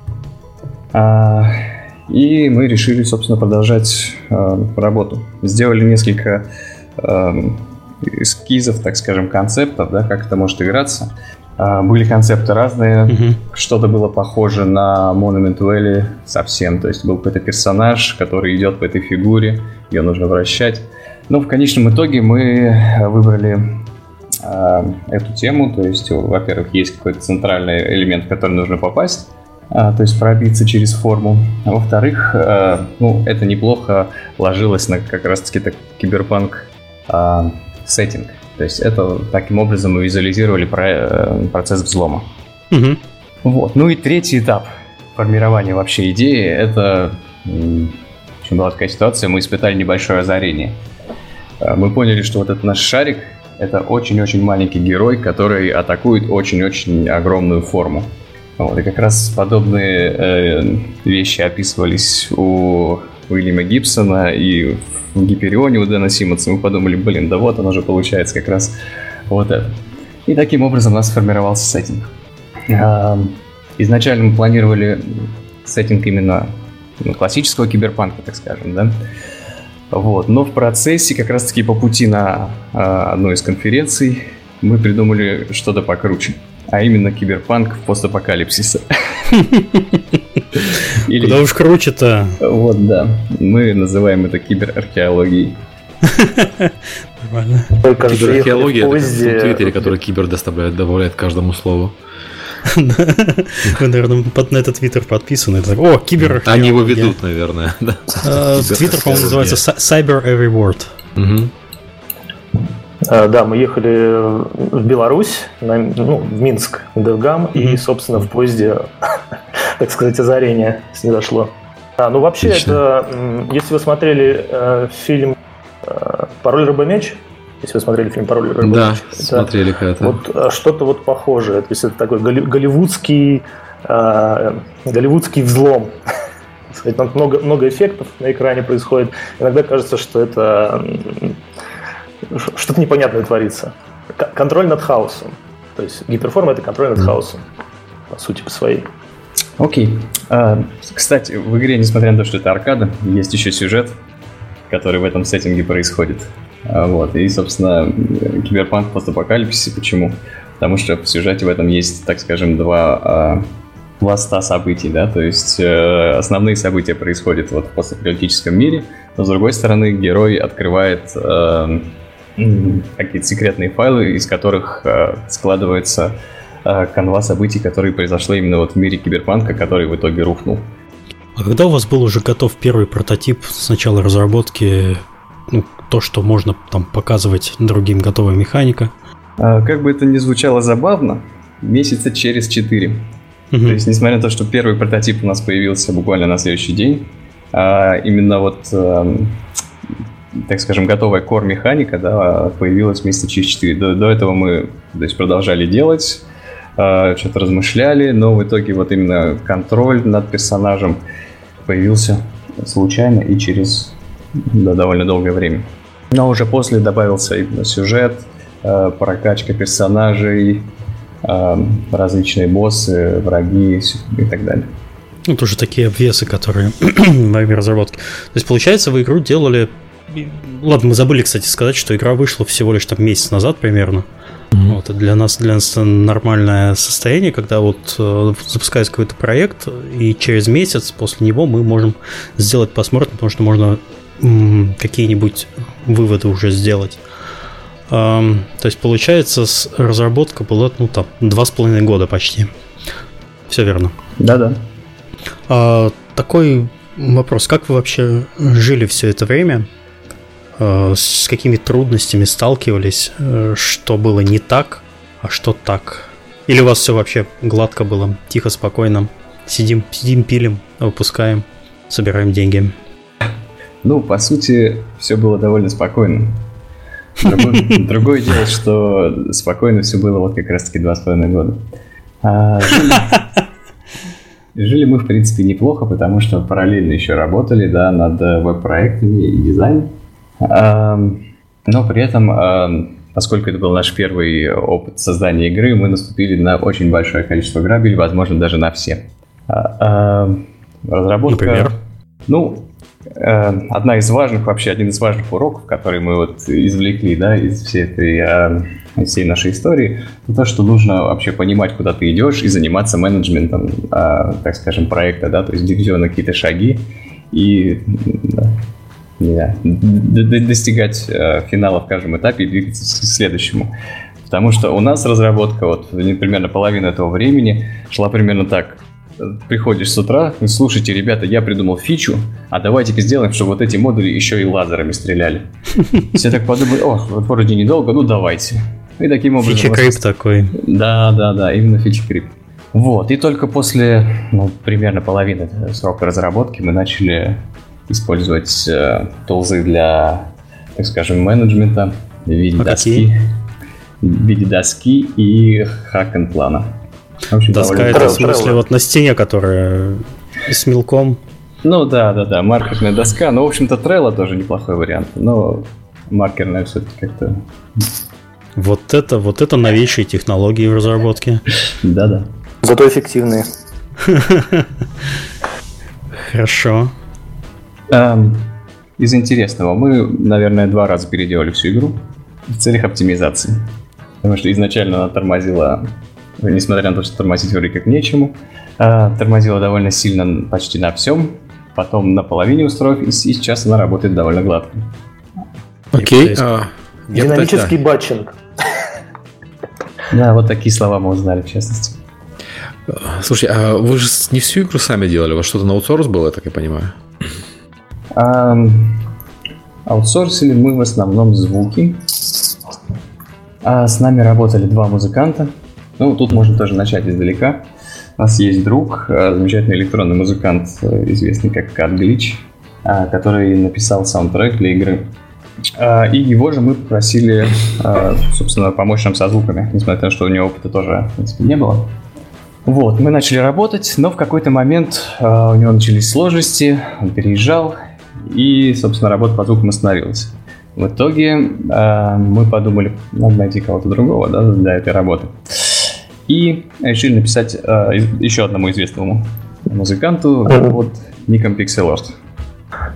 А... И мы решили, собственно, продолжать э, работу. Сделали несколько э, эскизов, так скажем, концептов, да, как это может играться. Э, были концепты разные. Mm-hmm. Что-то было похоже на Monument Valley совсем. То есть был какой-то персонаж, который идет по этой фигуре, ее нужно вращать. Но в конечном итоге мы выбрали э, эту тему. То есть, во-первых, есть какой-то центральный элемент, в который нужно попасть. А, то есть пробиться через форму. А во-вторых, а, ну, это неплохо ложилось на как раз-таки так, киберпанк а, сеттинг. То есть это таким образом мы визуализировали про, процесс взлома. Угу. Вот. Ну и третий этап формирования вообще идеи, это, в общем, была такая ситуация, мы испытали небольшое озарение. А, мы поняли, что вот этот наш шарик — это очень-очень маленький герой, который атакует очень-очень огромную форму. Вот, и как раз подобные э, вещи описывались у Уильяма Гибсона и в Гиперионе у Дэна Симмонса. Мы подумали, блин, да вот оно же получается как раз вот это. И таким образом у нас сформировался сеттинг. Э, изначально мы планировали сеттинг именно ну, классического киберпанка, так скажем, да. Вот, но в процессе, как раз-таки по пути на э, одной из конференций, мы придумали что-то покруче. А именно киберпанк постапокалипсиса. Куда уж круче-то. Вот, да. Мы называем это киберархеологией. Нормально. Киберархеология — это в Твиттере, который кибер доставляет, добавляет каждому слову. Вы, наверное, на этот твиттер подписаны. О, киберархеология. Они его ведут, наверное. Твиттер, по-моему, называется Cyber Every Word. Да, мы ехали в Беларусь, на, ну, в Минск, в DevGam, mm-hmm. и, собственно, в поезде, так сказать, озарение снизошло. А, ну, вообще, Отлично. Это, если вы смотрели э, фильм э, «Пароль рыба-меч», если вы смотрели фильм «Пароль рыба-меч», да, смотрели когда-то. Вот что-то вот похожее, то есть это такой голливудский, э, голливудский взлом. Там много, много эффектов на экране происходит. Иногда кажется, что это... что-то непонятное творится. Контроль над хаосом. То есть гиперформа — это контроль над хаосом, по сути, по своей. Окей. Okay. Uh, кстати, в игре, несмотря на то, что это аркада, есть еще сюжет. который в этом сеттинге происходит. Вот. И, собственно, киберпанк постапокалипсисе. Почему? Потому что в сюжете в этом есть, так скажем, два пласта событий, да, то есть э, основные события происходят вот в постапокалиптическом мире, но с другой стороны герой открывает э, какие-то секретные файлы, из которых э, складывается э, канва событий, которые произошли именно вот в мире киберпанка, который в итоге рухнул. А когда у вас был уже готов первый прототип с начала разработки, ну, то, что можно там показывать другим, готовая механика? А, как бы это ни звучало забавно, месяца через четыре. Uh-huh. То есть, несмотря на то, что первый прототип у нас появился буквально на следующий день, а именно вот, а, так скажем, готовая core-механика, да, появилась месяца через четыре. До, до этого мы, то есть, продолжали делать, а, что-то размышляли, но в итоге вот именно контроль над персонажем появился случайно и через да, довольно долгое время. Но уже после добавился именно сюжет, а, прокачка персонажей, различные боссы, враги и так далее. Ну, тоже такие обвесы, которые во время разработки. То есть, получается, вы игру делали... Ладно, мы забыли, кстати, сказать, что игра вышла всего лишь там месяц назад примерно. Mm-hmm. Вот, и для нас, для нас нормальное состояние, когда вот э, запускается какой-то проект, и через месяц после него мы можем сделать посмотрим, потому что можно м- какие-нибудь выводы уже сделать. То есть, получается, разработка была, ну, там, два с половиной года почти. Все верно. Да-да. А, такой вопрос. Как вы вообще жили все это время? А, с какими трудностями сталкивались? Что было не так, а что так? Или у вас все вообще гладко было, тихо, спокойно? Сидим, сидим, пилим, выпускаем, собираем деньги? Ну, по сути, все было довольно спокойно. Другое, другое дело, что спокойно все было вот как раз-таки два с половиной года. А, жили, жили мы, в принципе, неплохо, потому что параллельно еще работали, да, над веб-проектами и дизайном. А, но при этом, а, поскольку это был наш первый опыт создания игры, мы наступили на очень большое количество грабелей, возможно, даже на все. А, а, разработка... Например? Ну... Одна из важных, вообще один из важных уроков, которые мы вот извлекли, да, из всей этой из всей нашей истории, это то, что нужно вообще понимать, куда ты идешь, и заниматься менеджментом, так скажем, проекта, да, то есть делать какие-то шаги и да, не знаю, достигать финала в каждом этапе и двигаться к следующему. Потому что у нас разработка, вот примерно половина этого времени шла примерно так. Приходишь с утра, слушайте, ребята, я придумал фичу, а давайте-ка сделаем, чтобы вот эти модули еще и лазерами стреляли. Все так подумали, о, вот вроде недолго, ну давайте. И таким образом... Фича-крип такой. Да, да, да, именно фича-крип. Вот, и только после, ну, примерно половины срока разработки мы начали использовать э, тулзы для, так скажем, менеджмента в виде а доски. Какие? В виде доски и хак-н-плана. Общем, доска это в смысле вот на стене, которая с мелком. Ну да, да, да, маркерная доска. Ну, в общем-то, Trello тоже неплохой вариант. Но маркерная все-таки как-то... Вот это, вот это новейшие технологии в разработке. Да-да. Зато эффективные. Хорошо. Из интересного. Мы, наверное, два раза переделали всю игру в целях оптимизации. Потому что изначально она тормозила... Несмотря на то, что тормозить вроде как нечему, а, тормозила довольно сильно почти на всем, потом на половине устройств, и, и сейчас она работает довольно гладко. Окей. А, динамический батчинг. Да, вот такие слова мы узнали, в частности. Слушай, а вы же не всю игру сами делали? У вас что-то на аутсорс было, я так и понимаю? А, аутсорсили мы в основном звуки. А с нами работали два музыканта. Ну, тут можно тоже начать издалека. У нас есть друг, замечательный электронный музыкант, известный как Cat Glitch, который написал саундтрек для игры. И его же мы попросили, собственно, помочь нам со звуками, несмотря на то, что у него опыта тоже, в принципе, не было. Вот, мы начали работать, но в какой-то момент у него начались сложности, он переезжал, и, собственно, работа по звукам остановилась. В итоге мы подумали, надо найти кого-то другого, да, для этой работы. И решили написать э, еще одному известному музыканту под ником Pixel Lord.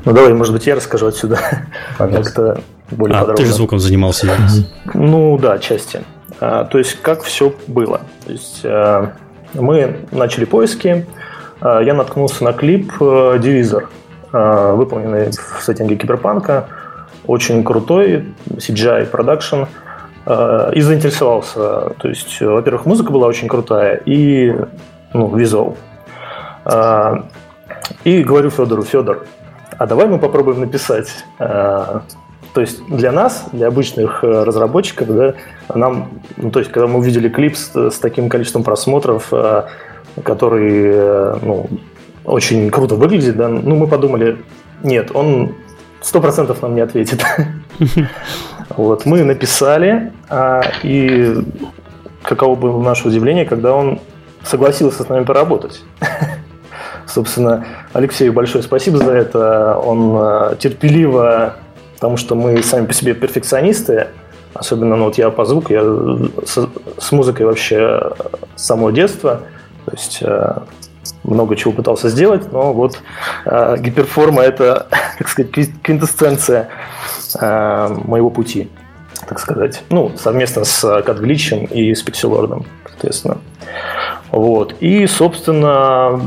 Ну, давай, может быть, я расскажу отсюда. Как-то более а, подробно. Ты же звуком занимался. Ну, да, отчасти. А, то есть, как все было. То есть, а, мы начали поиски. А, я наткнулся на клип «Дивизор», а, выполненный в сеттинге киберпанка. Очень крутой, си джи ай продакшн. А, и заинтересовался. То есть, во-первых, музыка была очень крутая и, ну, визуал. А, и говорю Федору: Федор, а давай мы попробуем написать. То есть для нас, для обычных разработчиков, да, нам, ну, то есть когда мы увидели клип с, с таким количеством просмотров, который, ну, очень круто выглядит, да, ну, мы подумали, нет, он сто процентов нам не ответит. Вот, мы написали, и каково было наше удивление, когда он согласился с нами поработать. Собственно, Алексею большое спасибо за это. Он терпеливо, потому что мы сами по себе перфекционисты, особенно, ну, вот я по звуку, я с, с музыкой вообще с самого детства, то есть много чего пытался сделать, но вот гиперформа — это, так сказать, квинтэссенция моего пути, так сказать. Ну, совместно с CutGlitch и с Pixelord, соответственно. Вот. И, собственно,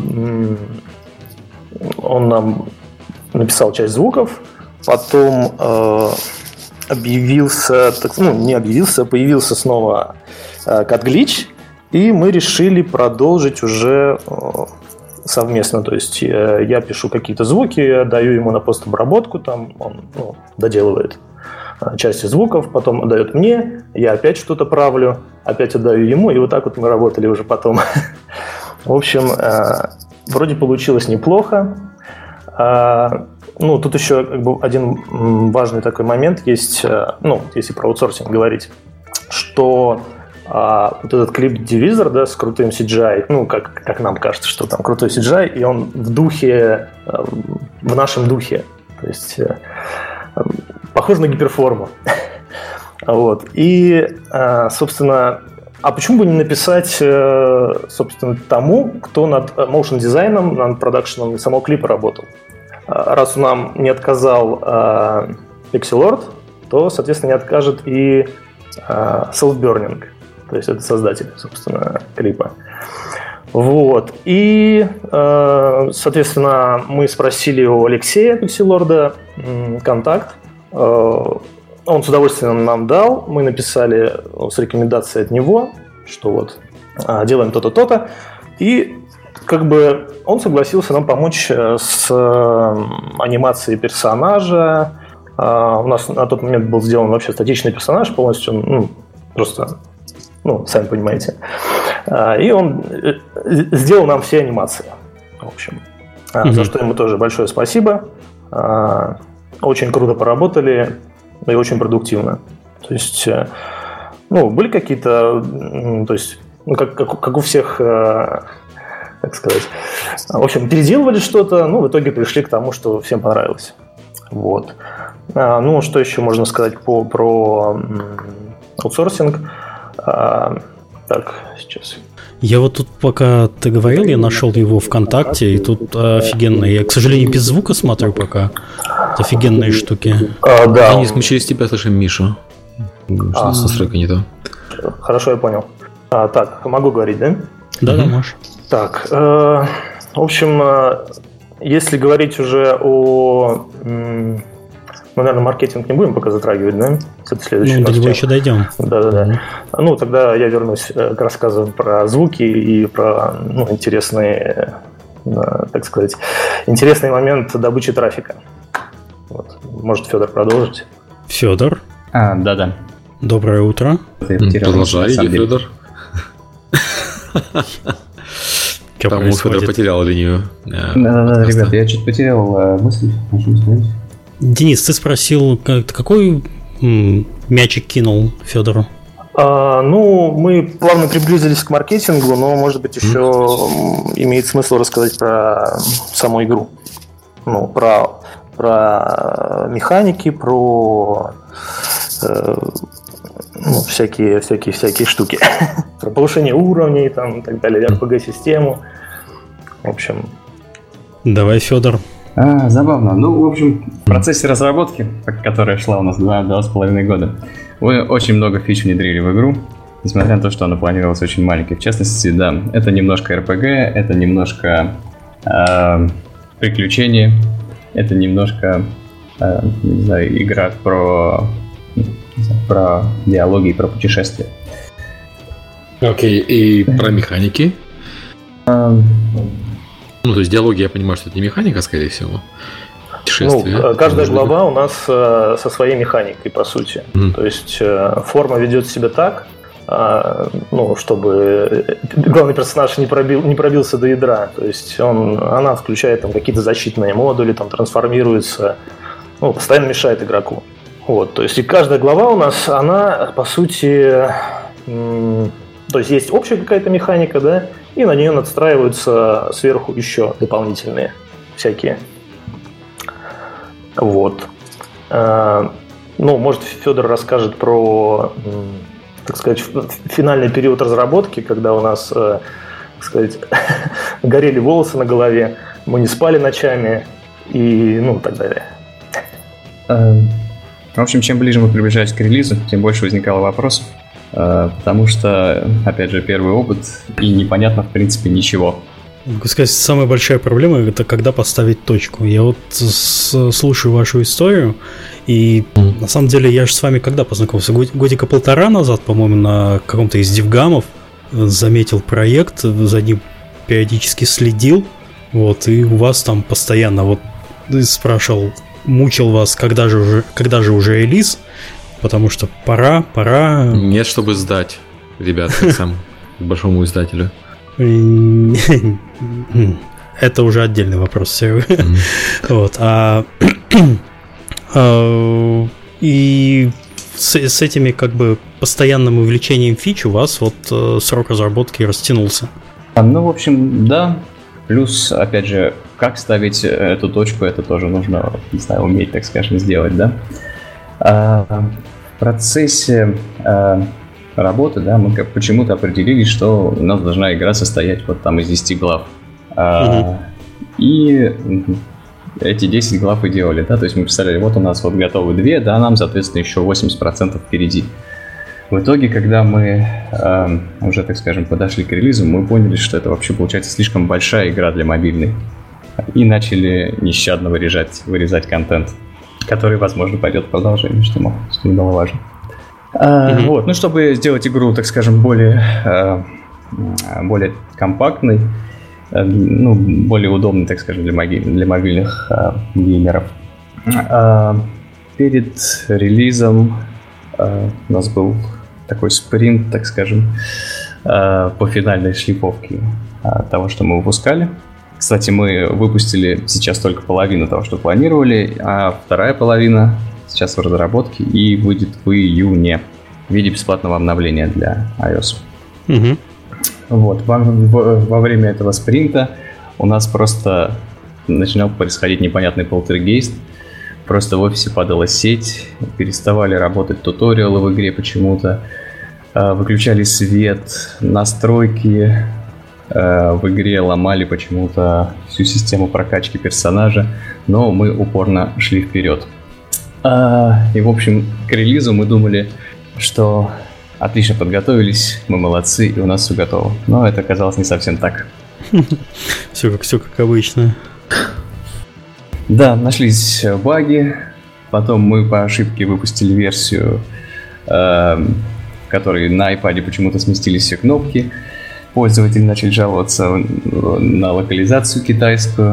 он нам написал часть звуков, потом э, объявился, так, ну, не объявился, появился снова э, CutGlitch, и мы решили продолжить уже э, совместно. То есть э, я пишу какие-то звуки, даю ему на постобработку, там он, ну, доделывает части звуков, потом отдает мне, я опять что-то правлю, опять отдаю ему, и вот так вот мы работали уже потом. В общем, вроде получилось неплохо. Ну, тут еще как бы один важный такой момент есть, ну, если про аутсорсинг говорить, что вот этот клип «Дивизор», да, с крутым си джи ай, ну, как, как нам кажется, что там крутой си джи ай, и он в духе, в нашем духе, то есть похож на гиперформу. Вот. И, собственно, а почему бы не написать, собственно, тому, кто над моушн-дизайном, над продакшеном самого клипа работал? Раз он нам не отказал Pixelord, то, соответственно, не откажет и Self-Burning, то есть это создатель, собственно, клипа. Вот. И, соответственно, мы спросили у Алексея Pixelord контакт. Он с удовольствием нам дал. Мы написали с рекомендацией от него, что вот делаем то-то, то-то. И как бы он согласился нам помочь с анимацией персонажа. У нас на тот момент был сделан вообще статичный персонаж полностью, ну, просто, ну, сами понимаете. И он сделал нам все анимации. В общем, mm-hmm. за что ему тоже большое спасибо. Очень круто поработали и очень продуктивно. То есть, ну, были какие-то, то есть, ну, как, как, как у всех, как сказать, в общем, переделывали что-то, ну, в итоге пришли к тому, что всем понравилось. Вот. Ну, что еще можно сказать по, про аутсорсинг? Так, сейчас. Я вот тут, пока ты говорил, я нашел его ВКонтакте, и тут офигенно. Я, к сожалению, без звука смотрю пока. Офигенные штуки. А, да. Денис, мы через тебя слышим Мишу. Что-то а, со стройкой не то. Хорошо, я понял. А, так, могу говорить, да? Да, да, можешь. Так, э, в общем, э, если говорить уже о... М- Ну, наверное, маркетинг не будем пока затрагивать, да? Это следующий. Ну, до него еще дойдем. Да-да-да. Mm-hmm. Ну, тогда я вернусь к рассказам про звуки и про, ну, интересные, так сказать, интересный момент добычи трафика. Вот. Может, Федор продолжить? Федор? А, да-да. Доброе утро. Продолжай, Федор. Потому Федор потерял линию. Да-да-да, ребята, я чуть потерял мысль. Хочу сказать. Денис, ты спросил, какой м, мячик кинул Федору? А, ну, мы плавно приблизились к маркетингу, но, может быть, еще mm. имеет смысл рассказать про саму игру. Ну, про, про механики, про э, ну, всякие, всякие, всякие штуки. Про повышение уровней там, и так далее, эр пи джи-систему. В общем. Давай, Федор. А, забавно. Ну, в общем, в процессе разработки, которая шла у нас два, два с половиной года, мы очень много фич внедрили в игру, несмотря на то, что она планировалась очень маленькой. В частности, да, это немножко эр пи джи, это немножко э, приключения, это немножко, э, не знаю, игра про, не знаю, про диалоги и про путешествия. Окей, okay, и про механики? Um, ну, то есть диалоги, я понимаю, что это не механика, скорее всего. Ну, каждая глава у нас э, со своей механикой, по сути. Mm. То есть э, форма ведет себя так, э, ну, чтобы главный персонаж не, пробил, не пробился до ядра. То есть он, она включает там какие-то защитные модули, там трансформируется, ну, постоянно мешает игроку. Вот, то есть и каждая глава у нас, она, по сути... М- То есть есть общая какая-то механика, да, и на нее надстраиваются сверху еще дополнительные всякие. Вот. Ну, может, Федор расскажет про, так сказать, финальный период разработки, когда у нас, так сказать, горели волосы на голове, мы не спали ночами и, ну, так далее. В общем, чем ближе мы приближались к релизу, тем больше возникало вопросов. Потому что, опять же, первый опыт, и непонятно, в принципе, ничего. Могу сказать, самая большая проблема – это когда поставить точку. Я вот с- слушаю вашу историю, и на самом деле я же с вами когда познакомился? Годика полтора назад, по-моему, на каком-то из дивгамов заметил проект, за ним периодически следил, вот, и у вас там постоянно вот спрашивал, мучил вас, когда же уже, когда же уже релиз, потому что пора, пора... Нет, чтобы сдать, ребят, сам большому издателю. Это уже отдельный вопрос. Вот. А, и с, с этими как бы постоянным увеличением фич у вас вот срок разработки растянулся. Ну, в общем, да. Плюс, опять же, как ставить эту точку, это тоже нужно, не знаю, уметь, так скажем, сделать, да. А, в процессе а, работы, да, мы как почему-то определились, что у нас должна игра состоять вот там из десяти глав. А, угу. И эти десять глав и делали, да, то есть мы представляли, вот у нас вот готовы две, да, нам, соответственно, еще восемьдесят процентов впереди. В итоге, когда мы э, уже, так скажем, подошли к релизу, мы поняли, что это вообще получается слишком большая игра для мобильной. И начали нещадно вырезать, вырезать контент, который, возможно, пойдет в продолжение, что, что немаловажно. А, mm-hmm. Вот, ну, чтобы сделать игру, так скажем, более, э, более компактной, э, ну, более удобной, так скажем, для, моги- для мобильных э, геймеров. Э, перед релизом э, у нас был такой спринт, так скажем, э, по финальной шлифовке э, того, что мы выпускали. Кстати, мы выпустили сейчас только половину того, что планировали, а вторая половина сейчас в разработке и выйдет в июне в виде бесплатного обновления для iOS. Угу. Вот, во, во время этого спринта у нас просто начинал происходить непонятный полтергейст. Просто в офисе падала сеть, переставали работать туториалы в игре почему-то, выключали свет, настройки в игре ломали почему-то всю систему прокачки персонажа, но мы упорно шли вперед. И, в общем, к релизу мы думали, что отлично подготовились, мы молодцы, и у нас все готово. Но это оказалось не совсем так. Все как, все как обычно. Да, нашлись баги, потом мы по ошибке выпустили версию, э, в которой на iPad почему-то сместились все кнопки. Пользователи начали жаловаться на локализацию китайскую.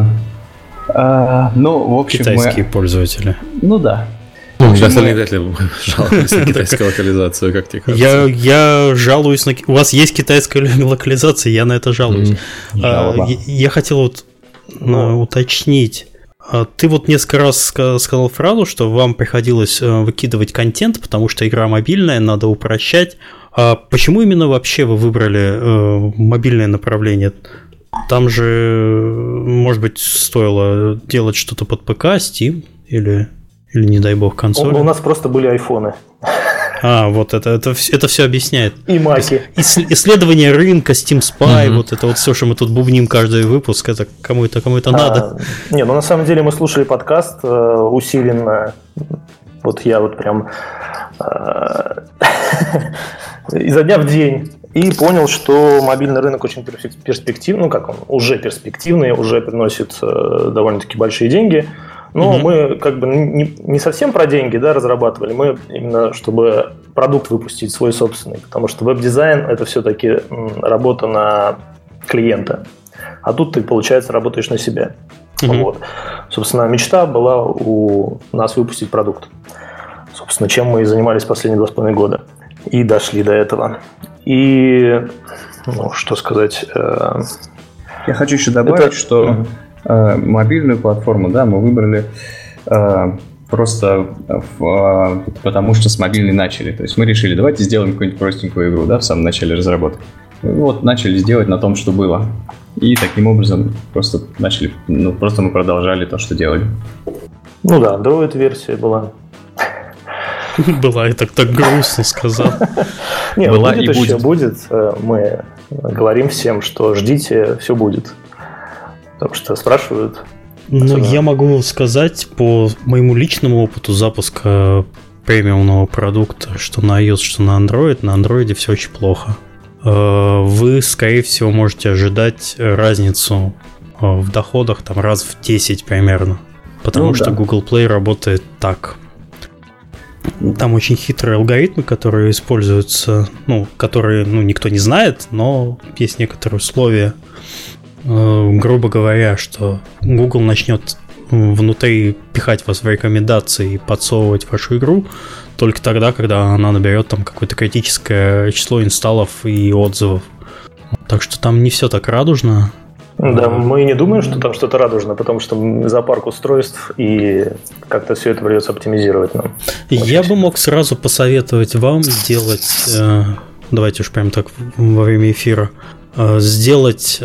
А, ну, в общем, Китайские мы... пользователи. Ну да. Ну, остальные вряд ли жалуются на китайскую локализацию, как тебе кажется? Я, я жалуюсь на... У вас есть китайская локализация, я на это жалуюсь. Mm-hmm. А, я, я хотел вот ну, уточнить. Ты вот несколько раз сказал фразу, что вам приходилось выкидывать контент, потому что игра мобильная, надо упрощать. А почему именно вообще вы выбрали э, мобильное направление? Там же, может быть, стоило делать что-то под ПК, Steam или, или не дай бог, консоль? У, у нас просто были айфоны. А, вот это, это, это все объясняет. И маки. Исследование рынка, Steam Spy, угу. вот это вот все, что мы тут бубним каждый выпуск, это кому это, кому это а, надо. Не, ну на самом деле мы слушали подкаст э, усиленно. Вот я вот прям э, изо дня в день. И понял, что мобильный рынок очень перспективный, ну как он, уже перспективный, уже приносит э, довольно-таки большие деньги. Но mm-hmm. мы как бы не, не совсем про деньги, да, разрабатывали, мы именно чтобы продукт выпустить свой собственный, потому что веб-дизайн – это все-таки работа на клиента, а тут ты, получается, работаешь на себя. Mm-hmm. Вот. Собственно, мечта была у нас выпустить продукт. Собственно, чем мы и занимались последние два с половиной года. И дошли до этого. И, ну, что сказать… Э... Я хочу еще добавить, это... что… Mm-hmm. Мобильную платформу, да, мы выбрали э, просто э, потому, что с мобильной начали. То есть мы решили, давайте сделаем какую-нибудь простенькую игру, да, в самом начале разработки. И вот начали сделать на том, что было. И таким образом просто начали, ну, просто мы продолжали то, что делали. Ну да, Android-версия была. Была, я так так грустно сказал. Нет, будет еще, будет. Мы говорим всем, что ждите, все будет. Потому что спрашивают. Ну, особенно... я могу сказать по моему личному опыту запуска премиумного продукта, что на iOS, что на Android, на Android все очень плохо. Вы, скорее всего, можете ожидать разницу в доходах там раз в десять примерно. Потому ну, что да. Google Play работает так. Там очень хитрые алгоритмы, которые используются, ну, которые ну, никто не знает, но есть некоторые условия. Грубо говоря, что Google начнет внутри пихать вас в рекомендации и подсовывать вашу игру только тогда, когда она наберет там какое-то критическое число инсталлов и отзывов. Так что там не все так радужно. Да, мы не думаем, что там что-то радужно, потому что зоопарк устройств, и как-то все это придется оптимизировать нам. Я бы мог сразу посоветовать вам сделать, э, давайте уж прям так во время эфира, сделать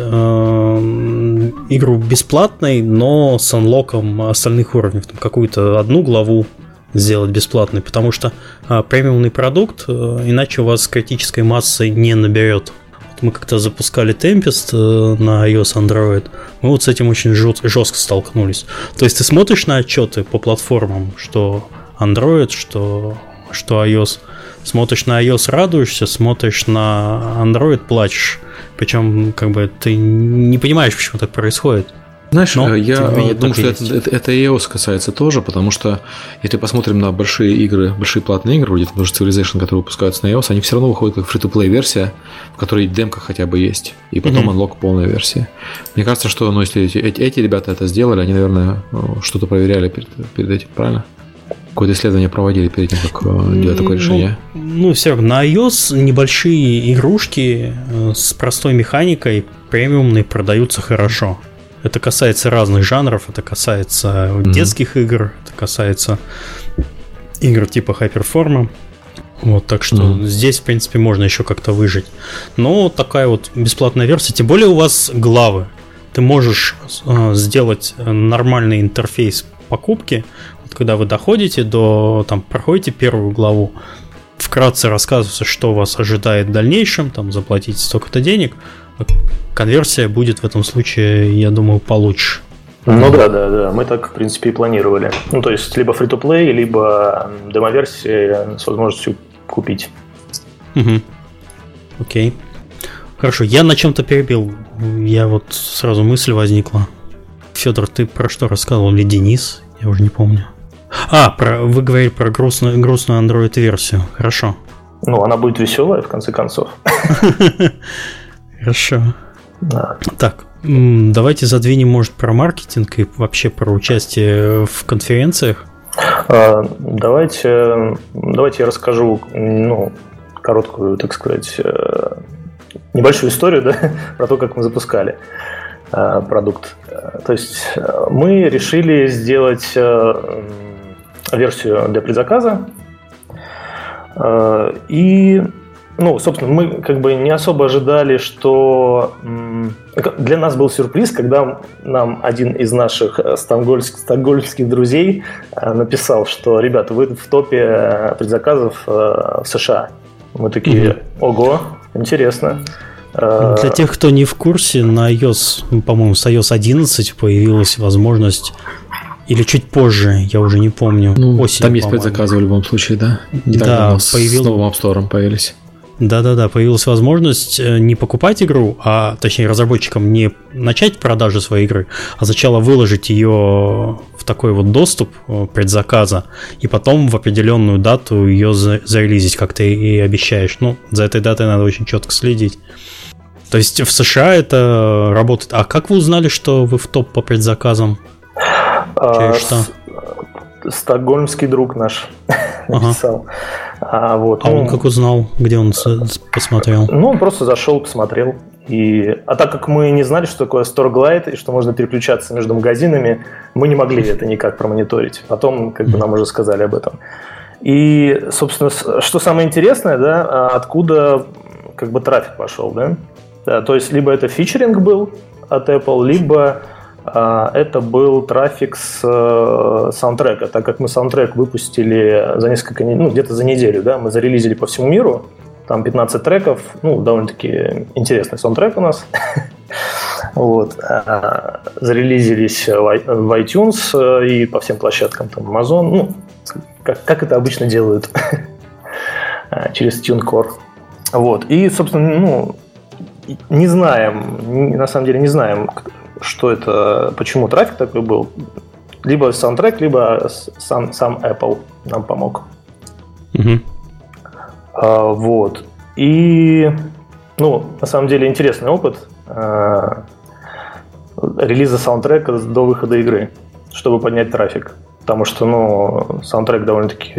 э, игру бесплатной, но с анлоком остальных уровней, там, какую-то одну главу сделать бесплатной, потому что э, премиумный продукт, э, иначе у вас критической массы не наберет. Вот мы как-то запускали Tempest э, на iOS, Android, мы вот с этим очень жестко столкнулись. То есть ты смотришь на отчеты по платформам, что Android, что, что iOS, смотришь на iOS, радуешься, смотришь на Android, плачешь. Причем, как бы, ты не понимаешь, почему так происходит. Знаешь, но, я менее, думаю, что это, это, это iOS касается тоже, потому что если посмотрим на большие игры, большие платные игры, вроде того же Civilization, которые выпускаются на iOS, они все равно выходят как free-to-play версия, в которой демка хотя бы есть, и потом mm-hmm. unlock полная версия. Мне кажется, что ну, если эти, эти ребята это сделали, они, наверное, что-то проверяли перед, перед этим, правильно? Какое-то исследование проводили перед тем, как делать такое решение? Ну, ну все равно, на iOS небольшие игрушки с простой механикой, премиумные, продаются хорошо. Это касается разных жанров, это касается mm-hmm. детских игр, это касается игр типа Hyperform. Вот, так что mm-hmm. здесь, в принципе, можно еще как-то выжить. Но такая вот бесплатная версия, тем более у вас главы. Ты можешь э, сделать нормальный интерфейс покупки. Когда вы доходите до, там, проходите первую главу, вкратце рассказывается, что вас ожидает в дальнейшем, там, заплатите столько-то денег, конверсия будет в этом случае, я думаю, получше. Ну да, да, да, мы так, в принципе, и планировали. Ну, то есть, либо free-to-play, либо демо-версия с возможностью купить. Угу. Окей. Хорошо, я на чем-то перебил, я вот сразу мысль возникла. Федор, ты про что рассказывал, или Денис? Я уже не помню. А, про, вы говорили про грустную, грустную Android-версию. Хорошо. Ну, она будет веселая, в конце концов. Хорошо. Да. Так, давайте задвинем, может, про маркетинг и вообще про участие в конференциях. А, давайте, давайте я расскажу, ну, короткую, так сказать, небольшую историю, да, про то, как мы запускали продукт. То есть мы решили сделать версию для предзаказа и ну, собственно, мы как бы не особо ожидали, что для нас был сюрприз, когда нам один из наших стокгольмских, стокгольмских друзей написал, что, ребята, вы в топе предзаказов в США. Мы такие, mm-hmm. ого, интересно. Для тех, кто не в курсе, на iOS, по-моему, с iOS одиннадцать появилась возможность, или чуть позже, я уже не помню, ну, осенью, там есть предзаказы в любом случае, да? Не да, появил... с новым App Store появились. Да-да-да, появилась возможность не покупать игру, а точнее разработчикам не начать продажу своей игры, а сначала выложить ее в такой вот доступ предзаказа, и потом в определенную дату ее зарелизить, как ты и обещаешь. Ну, за этой датой надо очень четко следить. То есть в США это работает. А как вы узнали, что вы в топ по предзаказам? Через что? Стокгольмский друг наш написал. Ага. А, вот, а ну, он как узнал? Где он посмотрел? Ну, он просто зашел, посмотрел. И... А так как мы не знали, что такое StoreGlide и что можно переключаться между магазинами, мы не могли это никак промониторить. Потом как бы нам уже сказали об этом. И, собственно, что самое интересное, да, откуда как бы трафик пошел, да? Да, то есть либо это фичеринг был от Apple, либо а, это был трафик с а, саундтрека, так как мы саундтрек выпустили за несколько, ну, где-то за неделю, да, мы зарелизили по всему миру, там пятнадцать треков, ну, довольно-таки интересный саундтрек у нас. Вот. Зарелизились в iTunes и по всем площадкам, там, Amazon, ну, как, как это обычно делают через TuneCore. Вот. И, собственно, ну, не знаем, на самом деле не знаем, что это, почему трафик такой был. Либо саундтрек, либо сам, сам Apple нам помог. Угу. А, вот. И, ну, на самом деле интересный опыт а, релиза саундтрека до выхода игры, чтобы поднять трафик. Потому что, ну, саундтрек довольно-таки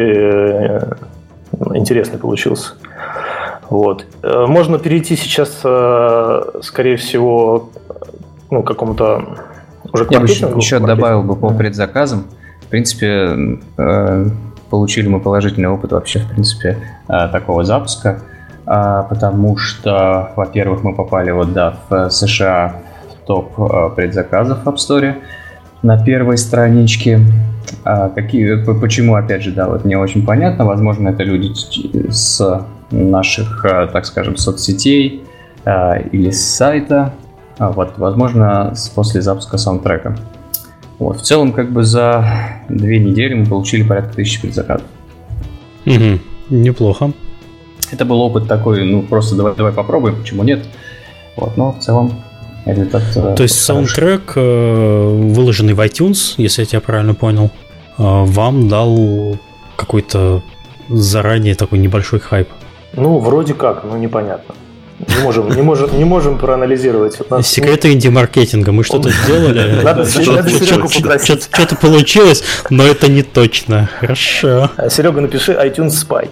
интересный получился. Вот. Можно перейти сейчас, скорее всего, ну, к какому-то уже к маркетингу. Я еще добавил бы по предзаказам. В принципе, получили мы положительный опыт вообще, в принципе, такого запуска, потому что, во-первых, мы попали вот, да, в США в топ предзаказов в App Store на первой страничке. Какие, почему, опять же, да, вот не очень понятно. Возможно, это люди с наших, так скажем, соцсетей или с сайта. Вот, возможно, после запуска саундтрека. Вот, в целом, как бы за две недели мы получили порядка тысячи предзаказов. Угу, неплохо. Это был опыт такой, ну, просто давай, давай попробуем, почему нет. Вот, но в целом результат... То есть саундтрек, выложенный в iTunes, если я тебя правильно понял, вам дал какой-то заранее такой небольшой хайп? Ну, вроде как, но непонятно. Не можем, не можем, не можем проанализировать. Нас... Секреты инди-маркетинга. Мы что-то сделали. Надо Серегу попросить. Что-то получилось, но это не точно. Хорошо. Серега, напиши iTunes Spy.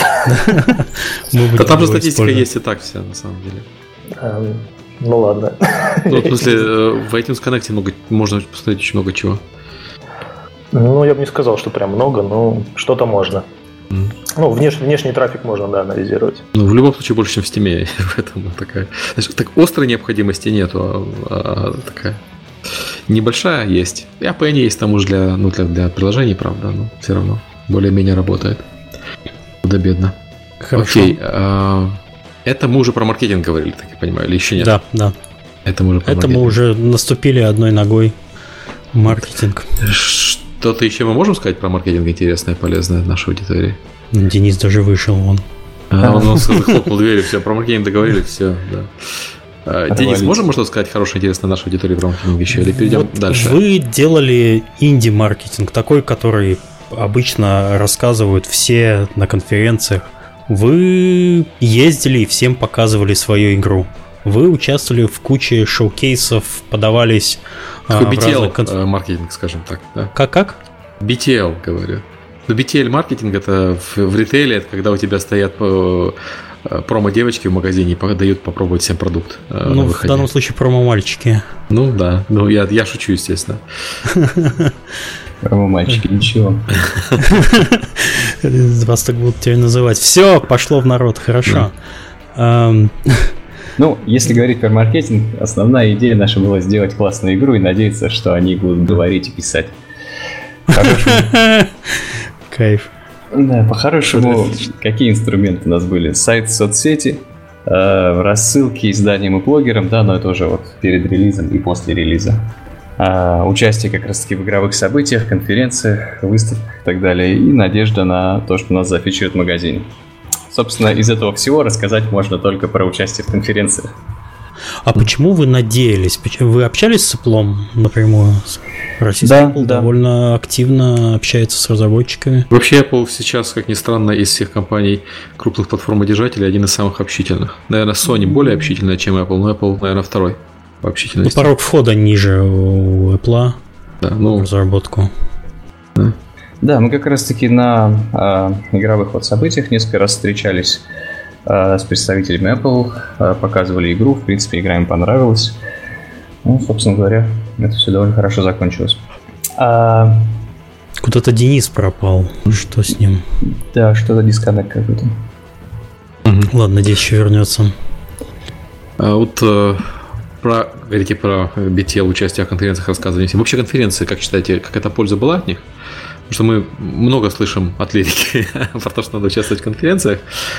Да там же статистика есть и так вся, на самом деле. Ну ладно. Ну, в смысле, в iTunes Connect много, можно посмотреть очень много чего. Ну, я бы не сказал, что прям много, но что-то можно. Mm. Ну, внеш, внешний трафик можно, да, анализировать. Ну, в любом случае, больше, чем в Steam. Поэтому такая... Значит, так острой необходимости нету, а, а такая небольшая есть. И эй пи ай есть там уже для, ну, для, для приложений, правда, но все равно более-менее работает. Худо-бедно. Хорошо. Окей. А, это мы уже про маркетинг говорили, так я понимаю, или еще нет? Да, да. Это мы уже про это маркетинг. мы уже наступили одной ногой в маркетинг. Что-то еще мы можем сказать про маркетинг интересное, полезное нашей аудитории? Денис даже вышел вон. А, он у нас захлопнул дверь, все, про маркетинг договорились, все, да. Денис, можем что-то сказать хорошее, интересное нашей аудитории про маркетинг еще, или перейдем вот дальше? Вы делали инди-маркетинг, такой, который обычно рассказывают все на конференциях. Вы ездили и всем показывали свою игру. Вы участвовали в куче шоу-кейсов, подавались... Такой би ти эл конф... маркетинг, скажем так. Да? Как-как? би ти эл, говорю. Ну, би ти эл маркетинг это в, в ритейле, это когда у тебя стоят промо-девочки в магазине и дают попробовать всем продукт. Ну, в данном случае промо-мальчики. Ну да, ну я, я шучу, естественно. О, мальчики, ничего. Вас так будут теперь называть. Все, пошло в народ, хорошо. Ну, если говорить про маркетинг, основная идея наша была сделать классную игру и надеяться, что они будут говорить и писать. Кайф. Да, по-хорошему, какие инструменты у нас были? Сайт, соцсети, э, рассылки изданиям и блогерам, да, но это уже вот перед релизом и после релиза. Э, участие как раз-таки в игровых событиях, конференциях, выставках и так далее. И надежда на то, что нас зафичируют в магазине. Собственно, из этого всего рассказать можно только про участие в конференциях. А почему вы надеялись? Вы общались с Apple напрямую? Российский да, Apple да. довольно активно общается с разработчиками. Вообще Apple сейчас, как ни странно, из всех компаний крупных платформодержателей один из самых общительных. Наверное, Sony более общительная, чем Apple, но Apple, наверное, второй по общительности. Ну, порог входа ниже у Apple, да, ну, в разработку. Да. Да, мы как раз-таки на э, игровых вот событиях несколько раз встречались э, с представителями Apple, э, показывали игру, в принципе, игра им понравилась. Ну, собственно говоря, это все довольно хорошо закончилось. А... Куда-то Денис пропал. Что с ним? Да, что-то дисконнект какой-то. Угу. Ладно, надеюсь, еще вернется. А вот э, про, говорите про би ти эл, участие в конференциях, рассказывали всем. Вообще конференции, как считаете, какая-то польза была от них? Потому что мы много слышим от лирики про то, что надо участвовать в конференциях,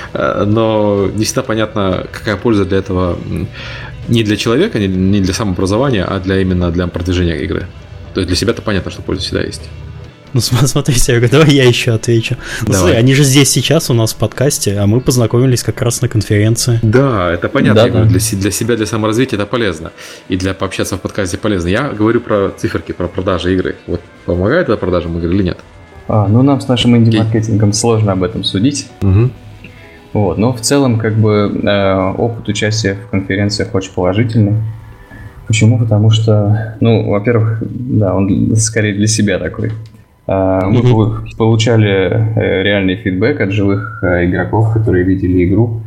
но не всегда понятно, какая польза для этого не для человека, не для самообразования, а для именно для продвижения игры. То есть для себя-то понятно, что польза всегда есть. Ну смотри, Серега, давай я еще отвечу. Ну, смотри, они же здесь сейчас у нас в подкасте, а мы познакомились как раз на конференции. Да, это понятно. Да, я говорю, да. Для, для себя, для саморазвития это полезно. И для пообщаться в подкасте полезно. Я говорю про циферки, про продажи игры. Вот помогает это продажам игры или нет? А, ну, нам с нашим инди-маркетингом сложно об этом судить. Угу. Вот, но в целом, как бы, э, опыт участия в конференциях очень положительный. Почему? Потому что, ну, во-первых, да, он скорее для себя такой. Мы mm-hmm. получали реальный фидбэк от живых игроков, которые видели игру,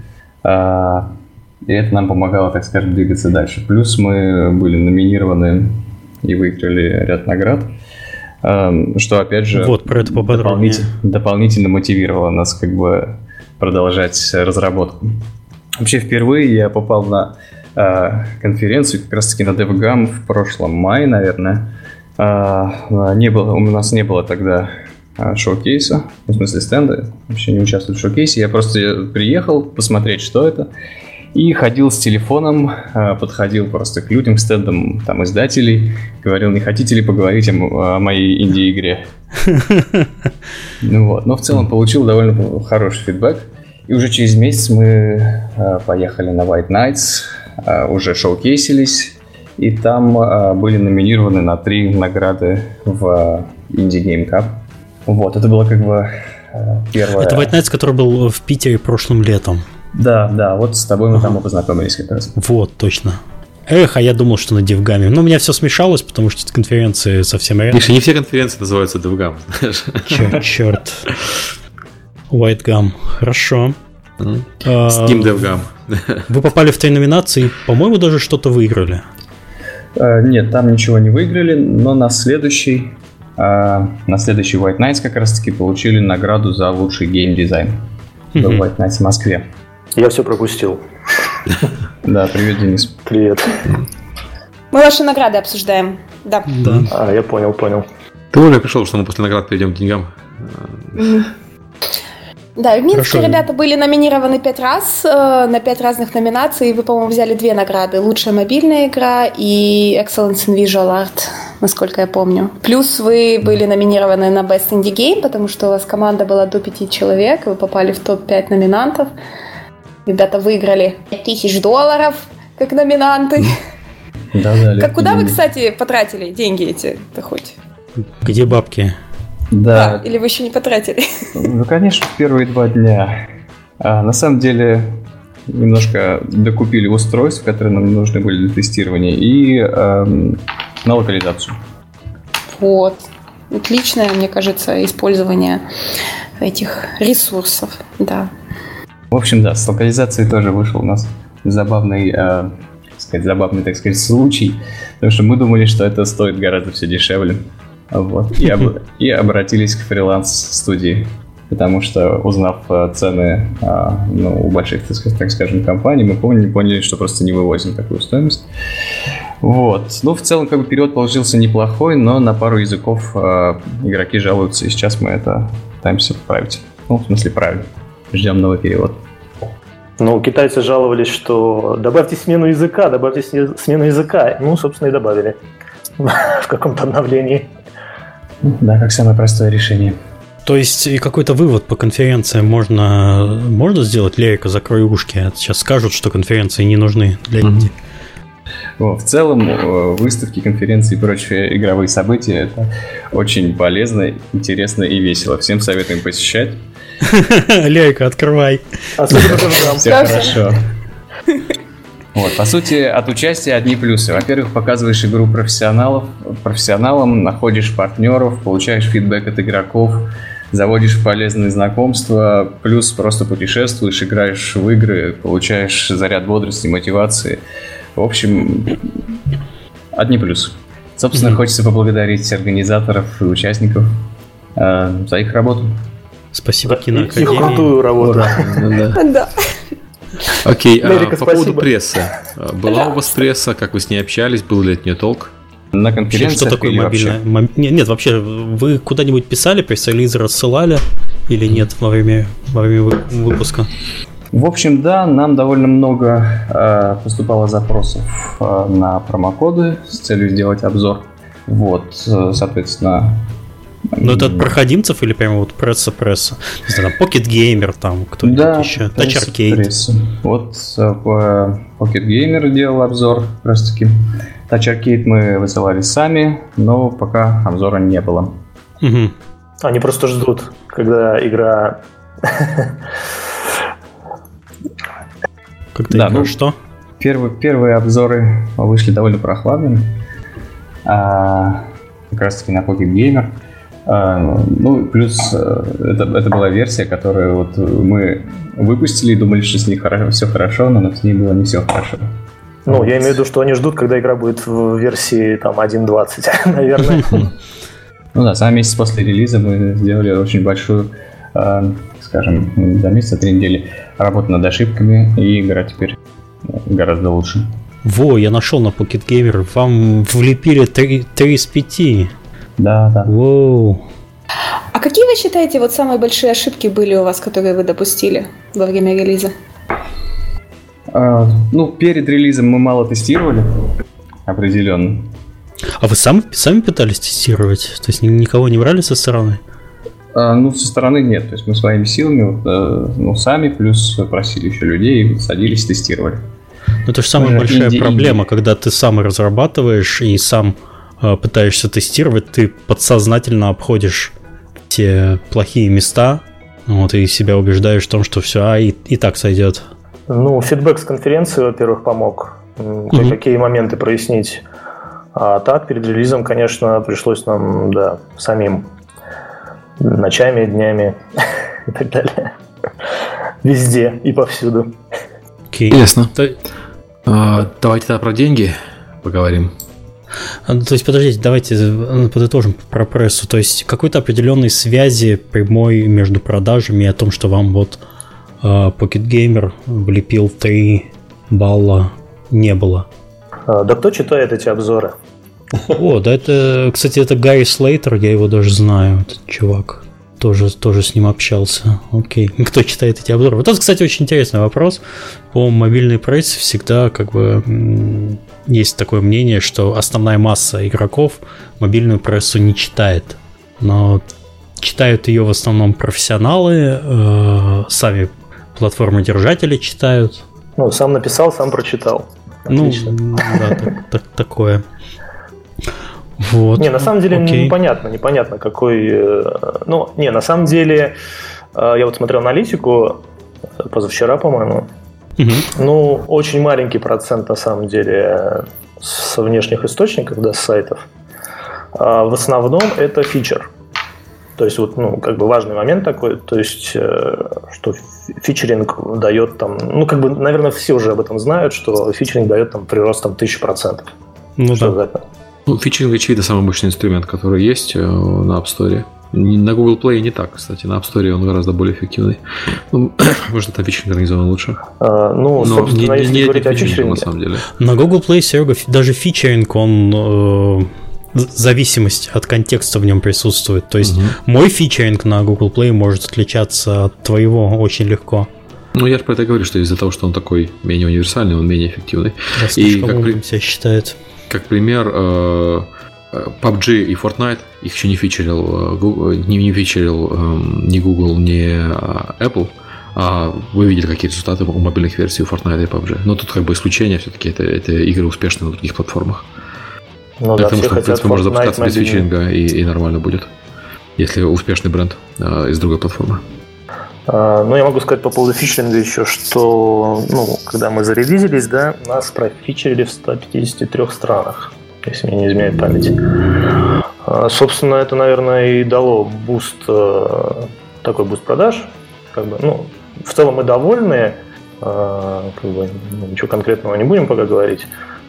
и это нам помогало, так скажем, двигаться дальше. Плюс мы были номинированы и выиграли ряд наград, что, опять же, вот, про это дополнительно, дополнительно мотивировало нас как бы продолжать разработку. Вообще, впервые я попал на конференцию как раз-таки на DevGam в прошлом мае, наверное. Uh, не было, у нас не было тогда uh, шоу-кейса, в смысле стенда, вообще не участвовал в шоу-кейсе, я просто приехал посмотреть, что это, и ходил с телефоном, uh, подходил просто к людям, к стендам там, издателей, говорил, не хотите ли поговорить о, о моей инди-игре. Ну вот, но в целом получил довольно хороший фидбэк, и уже через месяц мы uh, поехали на White Nights, uh, уже шоу-кейсились, и там э, были номинированы на три награды в э, Indie Game Cup. Вот, это было как бы э, первое... Это White Nights, который был в Питере прошлым летом. Да, да, вот с тобой мы ага. там и познакомились как раз. Вот, точно. Эх, а я думал, что на DevGam. Но у меня все смешалось, потому что эти конференции совсем рядом. Миша, не все конференции называются DevGam, знаешь. Черт, черт. White Gam, хорошо. Mm. Steam DevGam. Вы попали в три номинации, по-моему, даже что-то выиграли. Нет, там ничего не выиграли, но на следующий, на следующий White Nights как раз-таки получили награду за лучший геймдизайн. Mm-hmm. Был White Nights в Москве. Я все пропустил. Да, привет, Денис. Привет. Мы ваши награды обсуждаем. Да. Да. А, я понял, понял. Ты уже пришел, что мы после наград перейдем к деньгам? Mm-hmm. Да, в Минске Хорошо. Ребята были номинированы пять раз э, на пять разных номинаций. Вы, по-моему, взяли две награды. Лучшая мобильная игра и Excellence in Visual Art, насколько я помню. Плюс вы были номинированы на Best Indie Game, потому что у вас команда была до пяти человек, и вы попали в топ пять номинантов. Ребята выиграли пять тысяч долларов как номинанты. Да, да, как, куда вы, кстати, потратили деньги эти-то хоть? Где бабки? Да. да. Или вы еще не потратили? Ну, конечно, в первые два дня. А, на самом деле, немножко докупили устройств, которые нам нужны были для тестирования, и эм, на локализацию. Вот. Отличное, мне кажется, использование этих ресурсов. Да. В общем, да, с локализацией тоже вышел у нас забавный, э, так сказать, забавный, так сказать, случай, потому что мы думали, что это стоит гораздо все дешевле. Вот. И, об, и обратились к фриланс-студии, потому что, узнав цены ну, у больших, так скажем, компаний, мы поняли, поняли, что просто не вывозим такую стоимость. Вот. Ну, в целом, как бы перевод получился неплохой, но на пару языков игроки жалуются, и сейчас мы это пытаемся поправить. Ну, в смысле, правильно. Ждем новый перевод. Ну, китайцы жаловались, что добавьте смену языка, добавьте смену языка. Ну, собственно, и добавили в каком-то обновлении. Да, как самое простое решение. То есть и какой-то вывод по конференциям можно, можно сделать? Лерика, закрой ушки. Сейчас скажут, что конференции не нужны для Инди. Mm-hmm. В целом, выставки, конференции и прочие игровые события – это очень полезно, интересно и весело. Всем советуем посещать. Лерика, открывай. Все хорошо. Вот, по сути, от участия одни плюсы. Во-первых, показываешь игру профессионалов, профессионалам, находишь партнеров, получаешь фидбэк от игроков, заводишь полезные знакомства, плюс просто путешествуешь, играешь в игры, получаешь заряд бодрости, мотивации. В общем, одни плюсы. Собственно, mm-hmm. хочется поблагодарить организаторов и участников э, за их работу. Спасибо, да, Киноакадемии. Их крутую работу. Да. Окей, а по поводу прессы. Была у вас пресса, как вы с ней общались, был ли от нее толк? На конференциях. Что такое мобильная? Моб... Нет, нет, вообще, вы куда-нибудь писали, пресс-релизы рассылали или нет во время, во время выпуска? В общем, да, нам довольно много э, поступало запросов э, на промокоды с целью сделать обзор. Вот, соответственно... Ну, это от проходимцев или прямо вот пресса-пресса? Не знаю, там Pocket Gamer, там кто-нибудь да, еще, Touch Arcade. Пресса. Вот Pocket Gamer делал обзор, как раз таки. Touch Arcade мы высылали сами, но пока обзора не было. Угу. Они просто ждут, когда игра... Когда да, игра ну, что? Первые, первые обзоры вышли довольно прохладными. А, как раз таки на Pocket Gamer. А, ну, плюс это, это была версия, которую вот мы выпустили и думали, что с ней хоро- все хорошо, но с ней было не все хорошо. Ну, вот. Я имею в виду, что они ждут, когда игра будет в версии там один двадцать, наверное. Ну да, за месяц после релиза мы сделали очень большую, скажем, за месяц, три недели работу над ошибками, и игра теперь гораздо лучше. Во, я нашел на Pocket Gamer, вам влепили три из пяти. Да, да. Воу. А какие вы считаете вот самые большие ошибки были у вас, которые вы допустили во время релиза? А, ну, перед релизом мы мало тестировали, определенно. А вы сами, сами пытались тестировать? То есть никого не брали со стороны? А, ну, со стороны нет. То есть мы своими силами, вот, э, ну, сами, плюс просили еще людей, садились, тестировали. Ну, это же самая мы большая инди- проблема, инди- когда ты сам разрабатываешь и сам э, пытаешься тестировать, ты подсознательно обходишь те плохие места, вот, и себя убеждаешь в том, что все, а, и, и так сойдет. Ну, фидбэк с конференции, во-первых, помог mm-hmm. какие моменты прояснить. А так, перед релизом, конечно, пришлось нам, да, самим ночами, днями и так далее. Везде и повсюду. Окей. Интересно. А, давайте тогда про деньги поговорим. То есть, подождите, давайте подытожим про прессу. То есть, какой-то определенной связи прямой между продажами и о том, что вам вот uh, Pocket Gamer влепил три балла, не было. А, да кто читает эти обзоры? О, да это, кстати, это Гарри Слейтер, я его даже знаю, этот чувак. Тоже, тоже с ним общался. Окей. Кто читает эти обзоры? Вот это, кстати, очень интересный вопрос. По мобильной прессе всегда как бы м- есть такое мнение, что основная масса игроков мобильную прессу не читает. Но читают ее в основном профессионалы, э- сами платформодержатели читают. Ну, сам написал, сам прочитал. Отлично. Ну, да, так, так, такое. Вот. Не, на самом деле Окей. непонятно, непонятно какой... Ну, не, на самом деле, я вот смотрел аналитику позавчера, по-моему. Угу. Ну, очень маленький процент, на самом деле, со внешних источников, да, с сайтов. В основном это фичер. То есть, вот, ну, как бы важный момент такой, то есть, что фичеринг дает там... Ну, как бы, наверное, все уже об этом знают, что фичеринг дает там прирост там тысячу процентов. Ну что да. это? Ну, фичеринг, очевидно, самый мощный инструмент, который есть на App Store. На Google Play не так, кстати. На App Store он гораздо более эффективный. Ну, может, там фичеринг организован лучше. А, ну, но собственно, не, если не, говорить не о фичеринге... на самом деле. На Google Play, Серега, даже фичеринг, он... Э, зависимость от контекста в нем присутствует. То есть, угу. мой фичеринг на Google Play может отличаться от твоего очень легко. Ну, я же про это говорю, что из-за того, что он такой менее универсальный, он менее эффективный. И как при... себя считает. Как пример, пабг и Fortnite, их еще не фичерил, Google, не, не фичерил ни Google, ни Apple, а вы видели какие результаты у мобильных версий Fortnite и пабг. Но тут как бы исключение, все-таки это, это игры успешные на других платформах. Ну, да, потому что, в принципе, можно запускаться без фичеринга и, и нормально будет, если успешный бренд а, из другой платформы. А, ну, я могу сказать по поводу фичеринга еще, что, ну, когда мы зарелизились, да, нас профичерили в ста пятидесяти трёх странах, если мне не изменяет память. А, собственно, это, наверное, и дало буст, такой буст продаж. Как бы, ну, в целом мы довольны, а, как бы, ничего конкретного не будем пока говорить.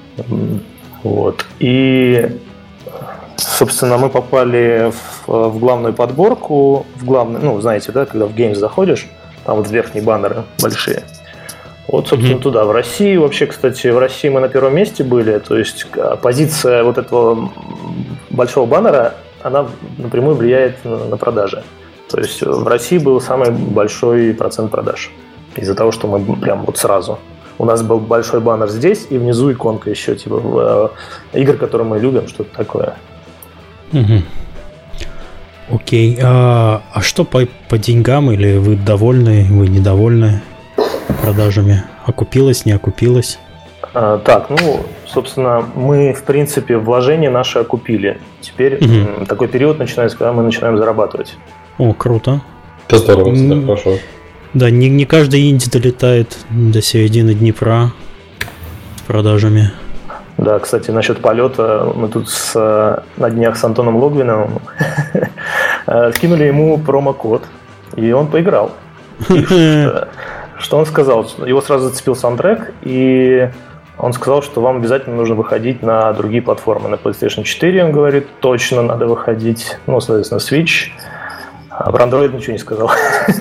Вот. И, собственно, мы попали в, в главную подборку, в главный, ну, знаете, да, когда в Games заходишь, там вот верхние баннеры большие. Вот, собственно, mm-hmm. туда. В России вообще, кстати, в России мы на первом месте были, то есть позиция вот этого большого баннера, она напрямую влияет на, на продажи. То есть в России был самый большой процент продаж из-за того, что мы прям вот сразу... У нас был большой баннер здесь, и внизу иконка еще, типа, игр, которые мы любим, что-то такое. Угу. Окей. А, а что по, по деньгам? Или вы довольны, вы недовольны продажами? Окупилось, не окупилось? А, так, ну, собственно, мы, в принципе, вложения наши окупили. Теперь угу. такой период начинается, когда мы начинаем зарабатывать. О, круто. Это здорово, это хорошо. Да, не, не каждый инди долетает до середины Днепра с продажами. Да, кстати, насчет полета, мы тут с, на днях с Антоном Логвиновым скинули ему промокод, и он поиграл. Что он сказал? Его сразу зацепил саундтрек, и он сказал, что вам обязательно нужно выходить на другие платформы. На PlayStation четыре, он говорит, точно надо выходить, ну, соответственно, Switch. А про Android ничего не сказал.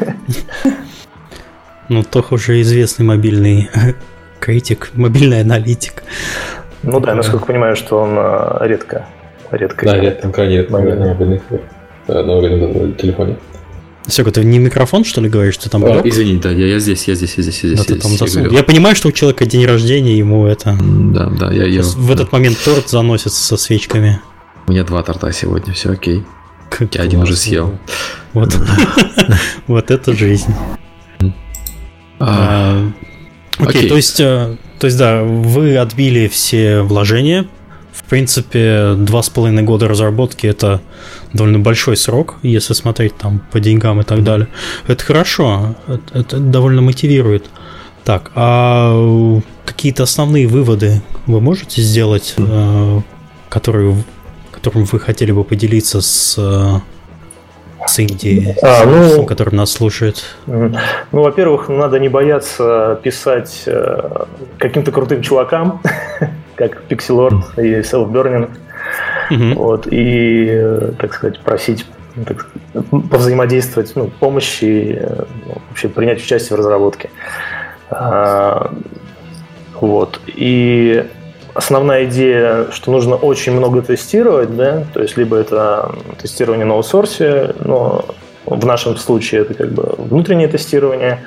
Ну, Тоха уже известный мобильный критик, мобильный аналитик. Ну да, насколько понимаю, что он редко, редко. Да, редко, крайне редко на мобильных, на мобильном телефоне. Серега, ты не микрофон, что ли, говоришь? Ты там а, извини, да, я, я здесь, я здесь, я здесь, я здесь. Да, я, там здесь я, я понимаю, что у человека день рождения, ему это... Да, да, я... я в этот да. момент торт заносится со свечками. У меня два торта сегодня, все окей. Как я один уже съел. Вот, вот это жизнь. А, окей, то есть, то есть, да, вы отбили все вложения. В принципе, два с половиной года разработки — это довольно большой срок, если смотреть там по деньгам и так далее. Это хорошо, это, это довольно мотивирует. Так, а какие-то основные выводы вы можете сделать, которые, которым вы хотели бы поделиться с... с Индией, а, ну, который нас слушает? Ну, во-первых, надо не бояться писать э, каким-то крутым чувакам, как Pixelord и Self-Burning, mm-hmm. вот, и, э, так сказать, просить так, повзаимодействовать, ну, помощи, э, вообще принять участие в разработке. А, вот, и основная идея, что нужно очень много тестировать, да, то есть либо это тестирование на аутсорсе, но в нашем случае это как бы внутреннее тестирование.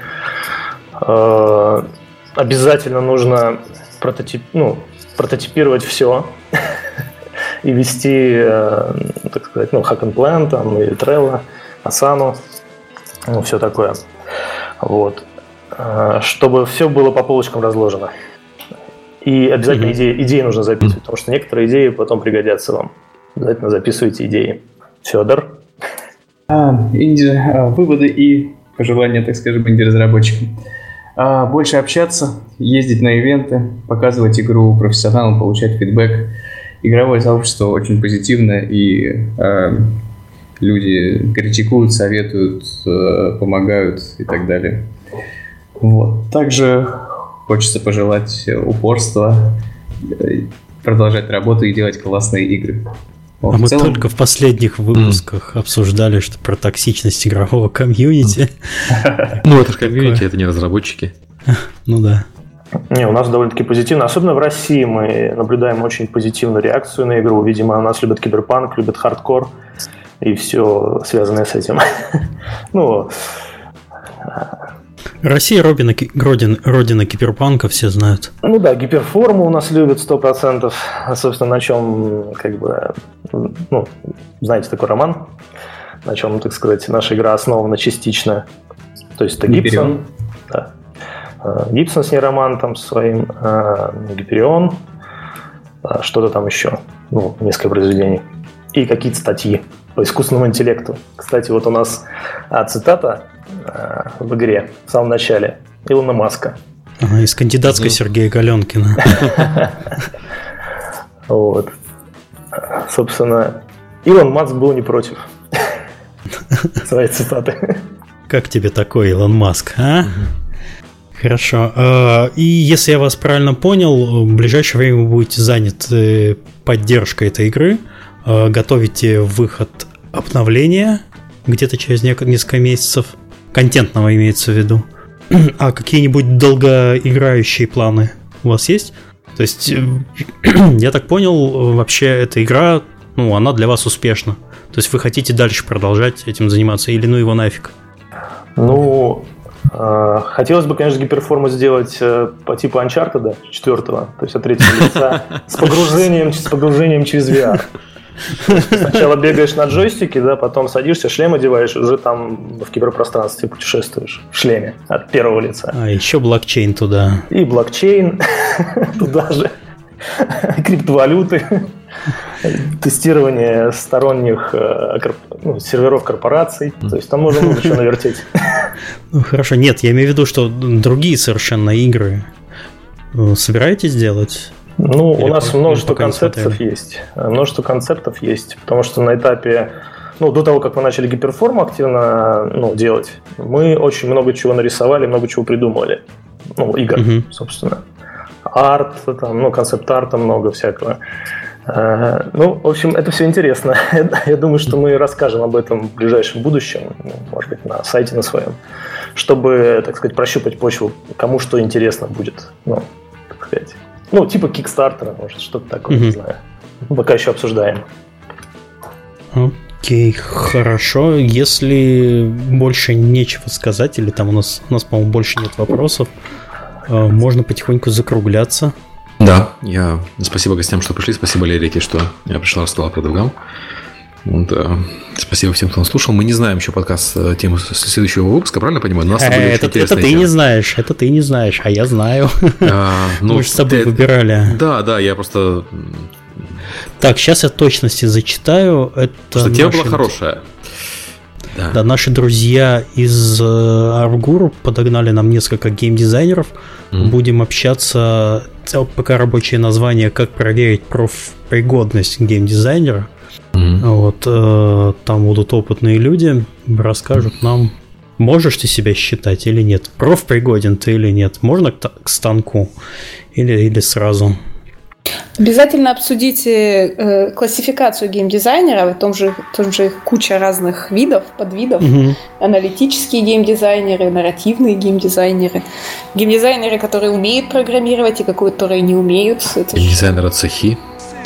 Обязательно нужно прототип, ну, прототипировать все и вести, так сказать, ну, Hack and Plan, там, и Trello, Asana, ну, все такое. Вот. Чтобы все было по полочкам разложено. И обязательно mm-hmm. идеи, идеи нужно записывать, mm-hmm. потому что некоторые идеи потом пригодятся вам. Обязательно записывайте идеи. Федор? А, инди, а, выводы и пожелания, так скажем, инди-разработчикам. А, больше общаться, ездить на ивенты, показывать игру профессионалам, получать фидбэк. Игровое сообщество очень позитивное, и а, люди критикуют, советуют, а, помогают и так далее. Вот. Также... Хочется пожелать упорства, продолжать работу и делать классные игры. Вот, а мы целом... только в последних выпусках mm. обсуждали, что про токсичность игрового комьюнити. Ну, это же комьюнити, это не разработчики. Ну да. Не, у нас довольно-таки позитивно. Особенно в России мы наблюдаем очень позитивную реакцию на игру. Видимо, у нас любят киберпанк, любят хардкор и все связанное с этим. Ну... Россия родина, родина, родина киберпанка, все знают. Ну да, гиперформу у нас любят сто процентов. Собственно, на чем, как бы, ну, знаете такой роман, на чем, так сказать, наша игра основана частично. То есть это Гибсон. Да. Гибсон с ней роман там своим, Гиперион, что-то там еще, ну, несколько произведений. И какие-то статьи по искусственному интеллекту. Кстати, вот у нас а, цитата а, в игре в самом начале Илона Маска. Ага, из кандидатской mm. Сергея Галенкина. Вот. Собственно, Илон Маск был не против своей цитаты. Как тебе такой Илон Маск, а? Хорошо. И если я вас правильно понял, в ближайшее время вы будете заняты поддержкой этой игры, готовите выход обновления где-то через несколько месяцев, контентного имеется в виду. А какие-нибудь долгоиграющие планы у вас есть? То есть, я так понял, вообще эта игра, ну, она для вас успешна. То есть вы хотите дальше продолжать этим заниматься или ну его нафиг? Ну, э, хотелось бы, конечно, гиперформу сделать э, по типу Uncharted четвертого, то есть от третьего лица, с погружением, с погружением через ви ар. Сначала бегаешь на джойстике, да, потом садишься, шлем одеваешь, уже там в киберпространстве путешествуешь в шлеме от первого лица. А еще блокчейн туда. И блокчейн туда же, криптовалюты, тестирование сторонних ну, серверов корпораций. То есть там можно много чего навертеть. Ну хорошо, нет, я имею в виду, что другие совершенно игры собираетесь делать? Ну, Или у нас множество концептов есть. Множество концептов есть, потому что на этапе, ну, до того, как мы начали гиперформу активно ну, делать, мы очень много чего нарисовали, много чего придумали. Ну, игр, uh-huh. собственно. Арт, там, ну, концепт-арта много всякого. Ну, в общем, это все интересно. Я думаю, что мы расскажем об этом в ближайшем будущем, может быть, на сайте на своем, чтобы, так сказать, прощупать почву, кому что интересно будет, ну, так сказать. Ну, типа кикстартера, может, что-то такое, mm-hmm. не знаю. Пока еще обсуждаем. Окей, okay, хорошо. Если больше нечего сказать, или там у нас, у нас, по-моему, больше нет вопросов, можно потихоньку закругляться. Да, я спасибо гостям, что пришли. Спасибо Лерике, что я пришла, рассказала про DevGam. Вот, э, спасибо всем, кто нас слушал. Мы не знаем еще подкаст тему следующего выпуска, правильно понимаю? У нас это, это, это ты не знаешь, это ты не знаешь, а я знаю. А, ну, мы же с тобой ты, выбирали. Да, да, я просто... Так, сейчас я точности зачитаю. Это что тема наши... была хорошая. Да. да, наши друзья из Аргур подогнали нам несколько геймдизайнеров. Mm-hmm. Будем общаться, пока рабочее название «Как проверить профпригодность геймдизайнера». Mm-hmm. Вот, э, там будут опытные люди, расскажут нам, можешь ты себя считать или нет, профпригоден ты или нет, можно к, к станку или, или сразу. Обязательно обсудите э, классификацию геймдизайнера, в том же, в том же куча разных видов, подвидов, mm-hmm. аналитические геймдизайнеры, нарративные геймдизайнеры, геймдизайнеры, которые умеют программировать и которые не умеют. Геймдизайнеры цехи.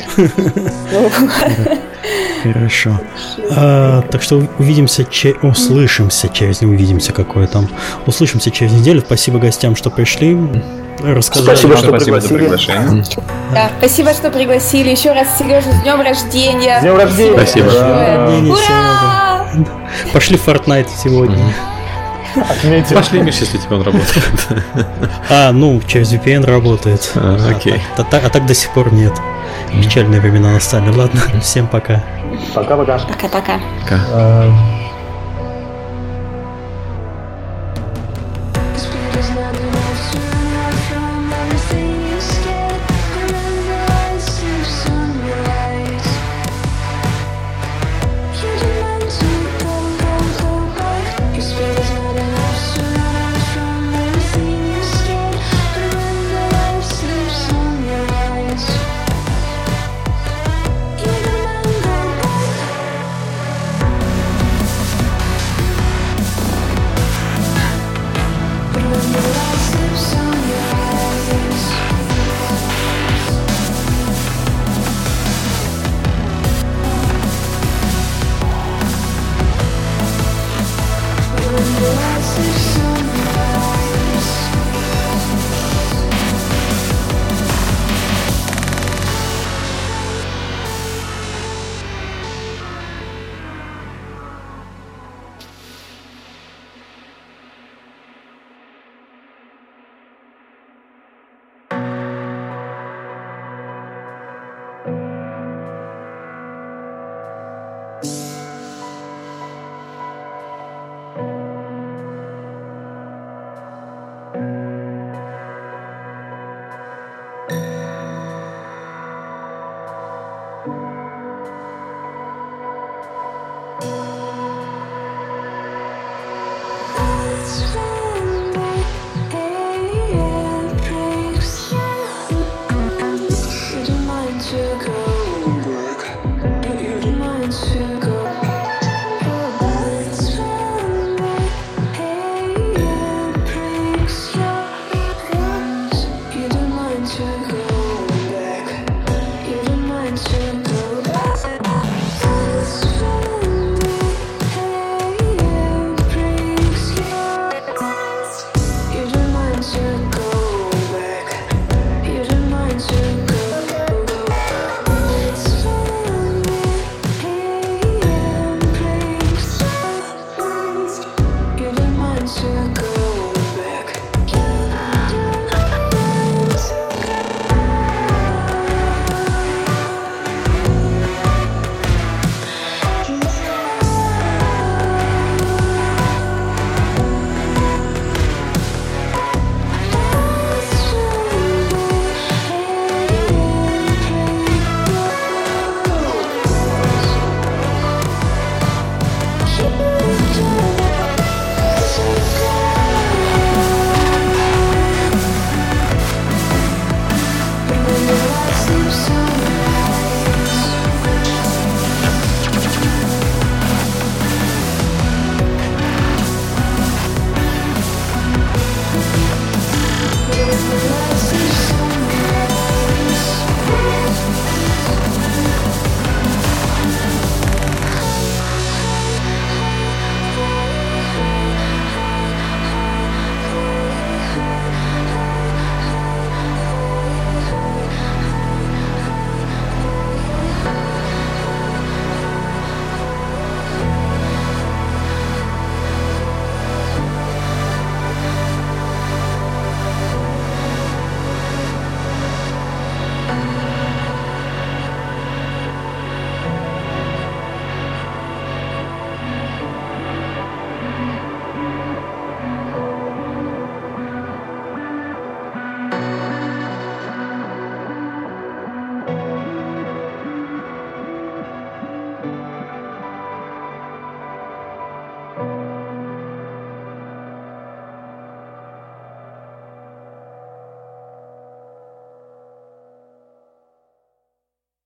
Хорошо. А, так что увидимся, че... услышимся через не увидимся, какое там. Услышимся через неделю. Спасибо гостям, что пришли. Рассказали. Спасибо, что спасибо пригласили. За приглашение. Да, спасибо, что пригласили. Еще раз, Сережа, с днем рождения. С днем рождения. Спасибо. Да. Ура! Пошли в Fortnite сегодня. Отметим. Пошли, Миш, если тебе он работает. А, ну, через ви пи эн работает. А, окей. А так, а так до сих пор нет. Печальные времена настали. Ладно, всем пока. Пока-пока. Пока-пока. Пока.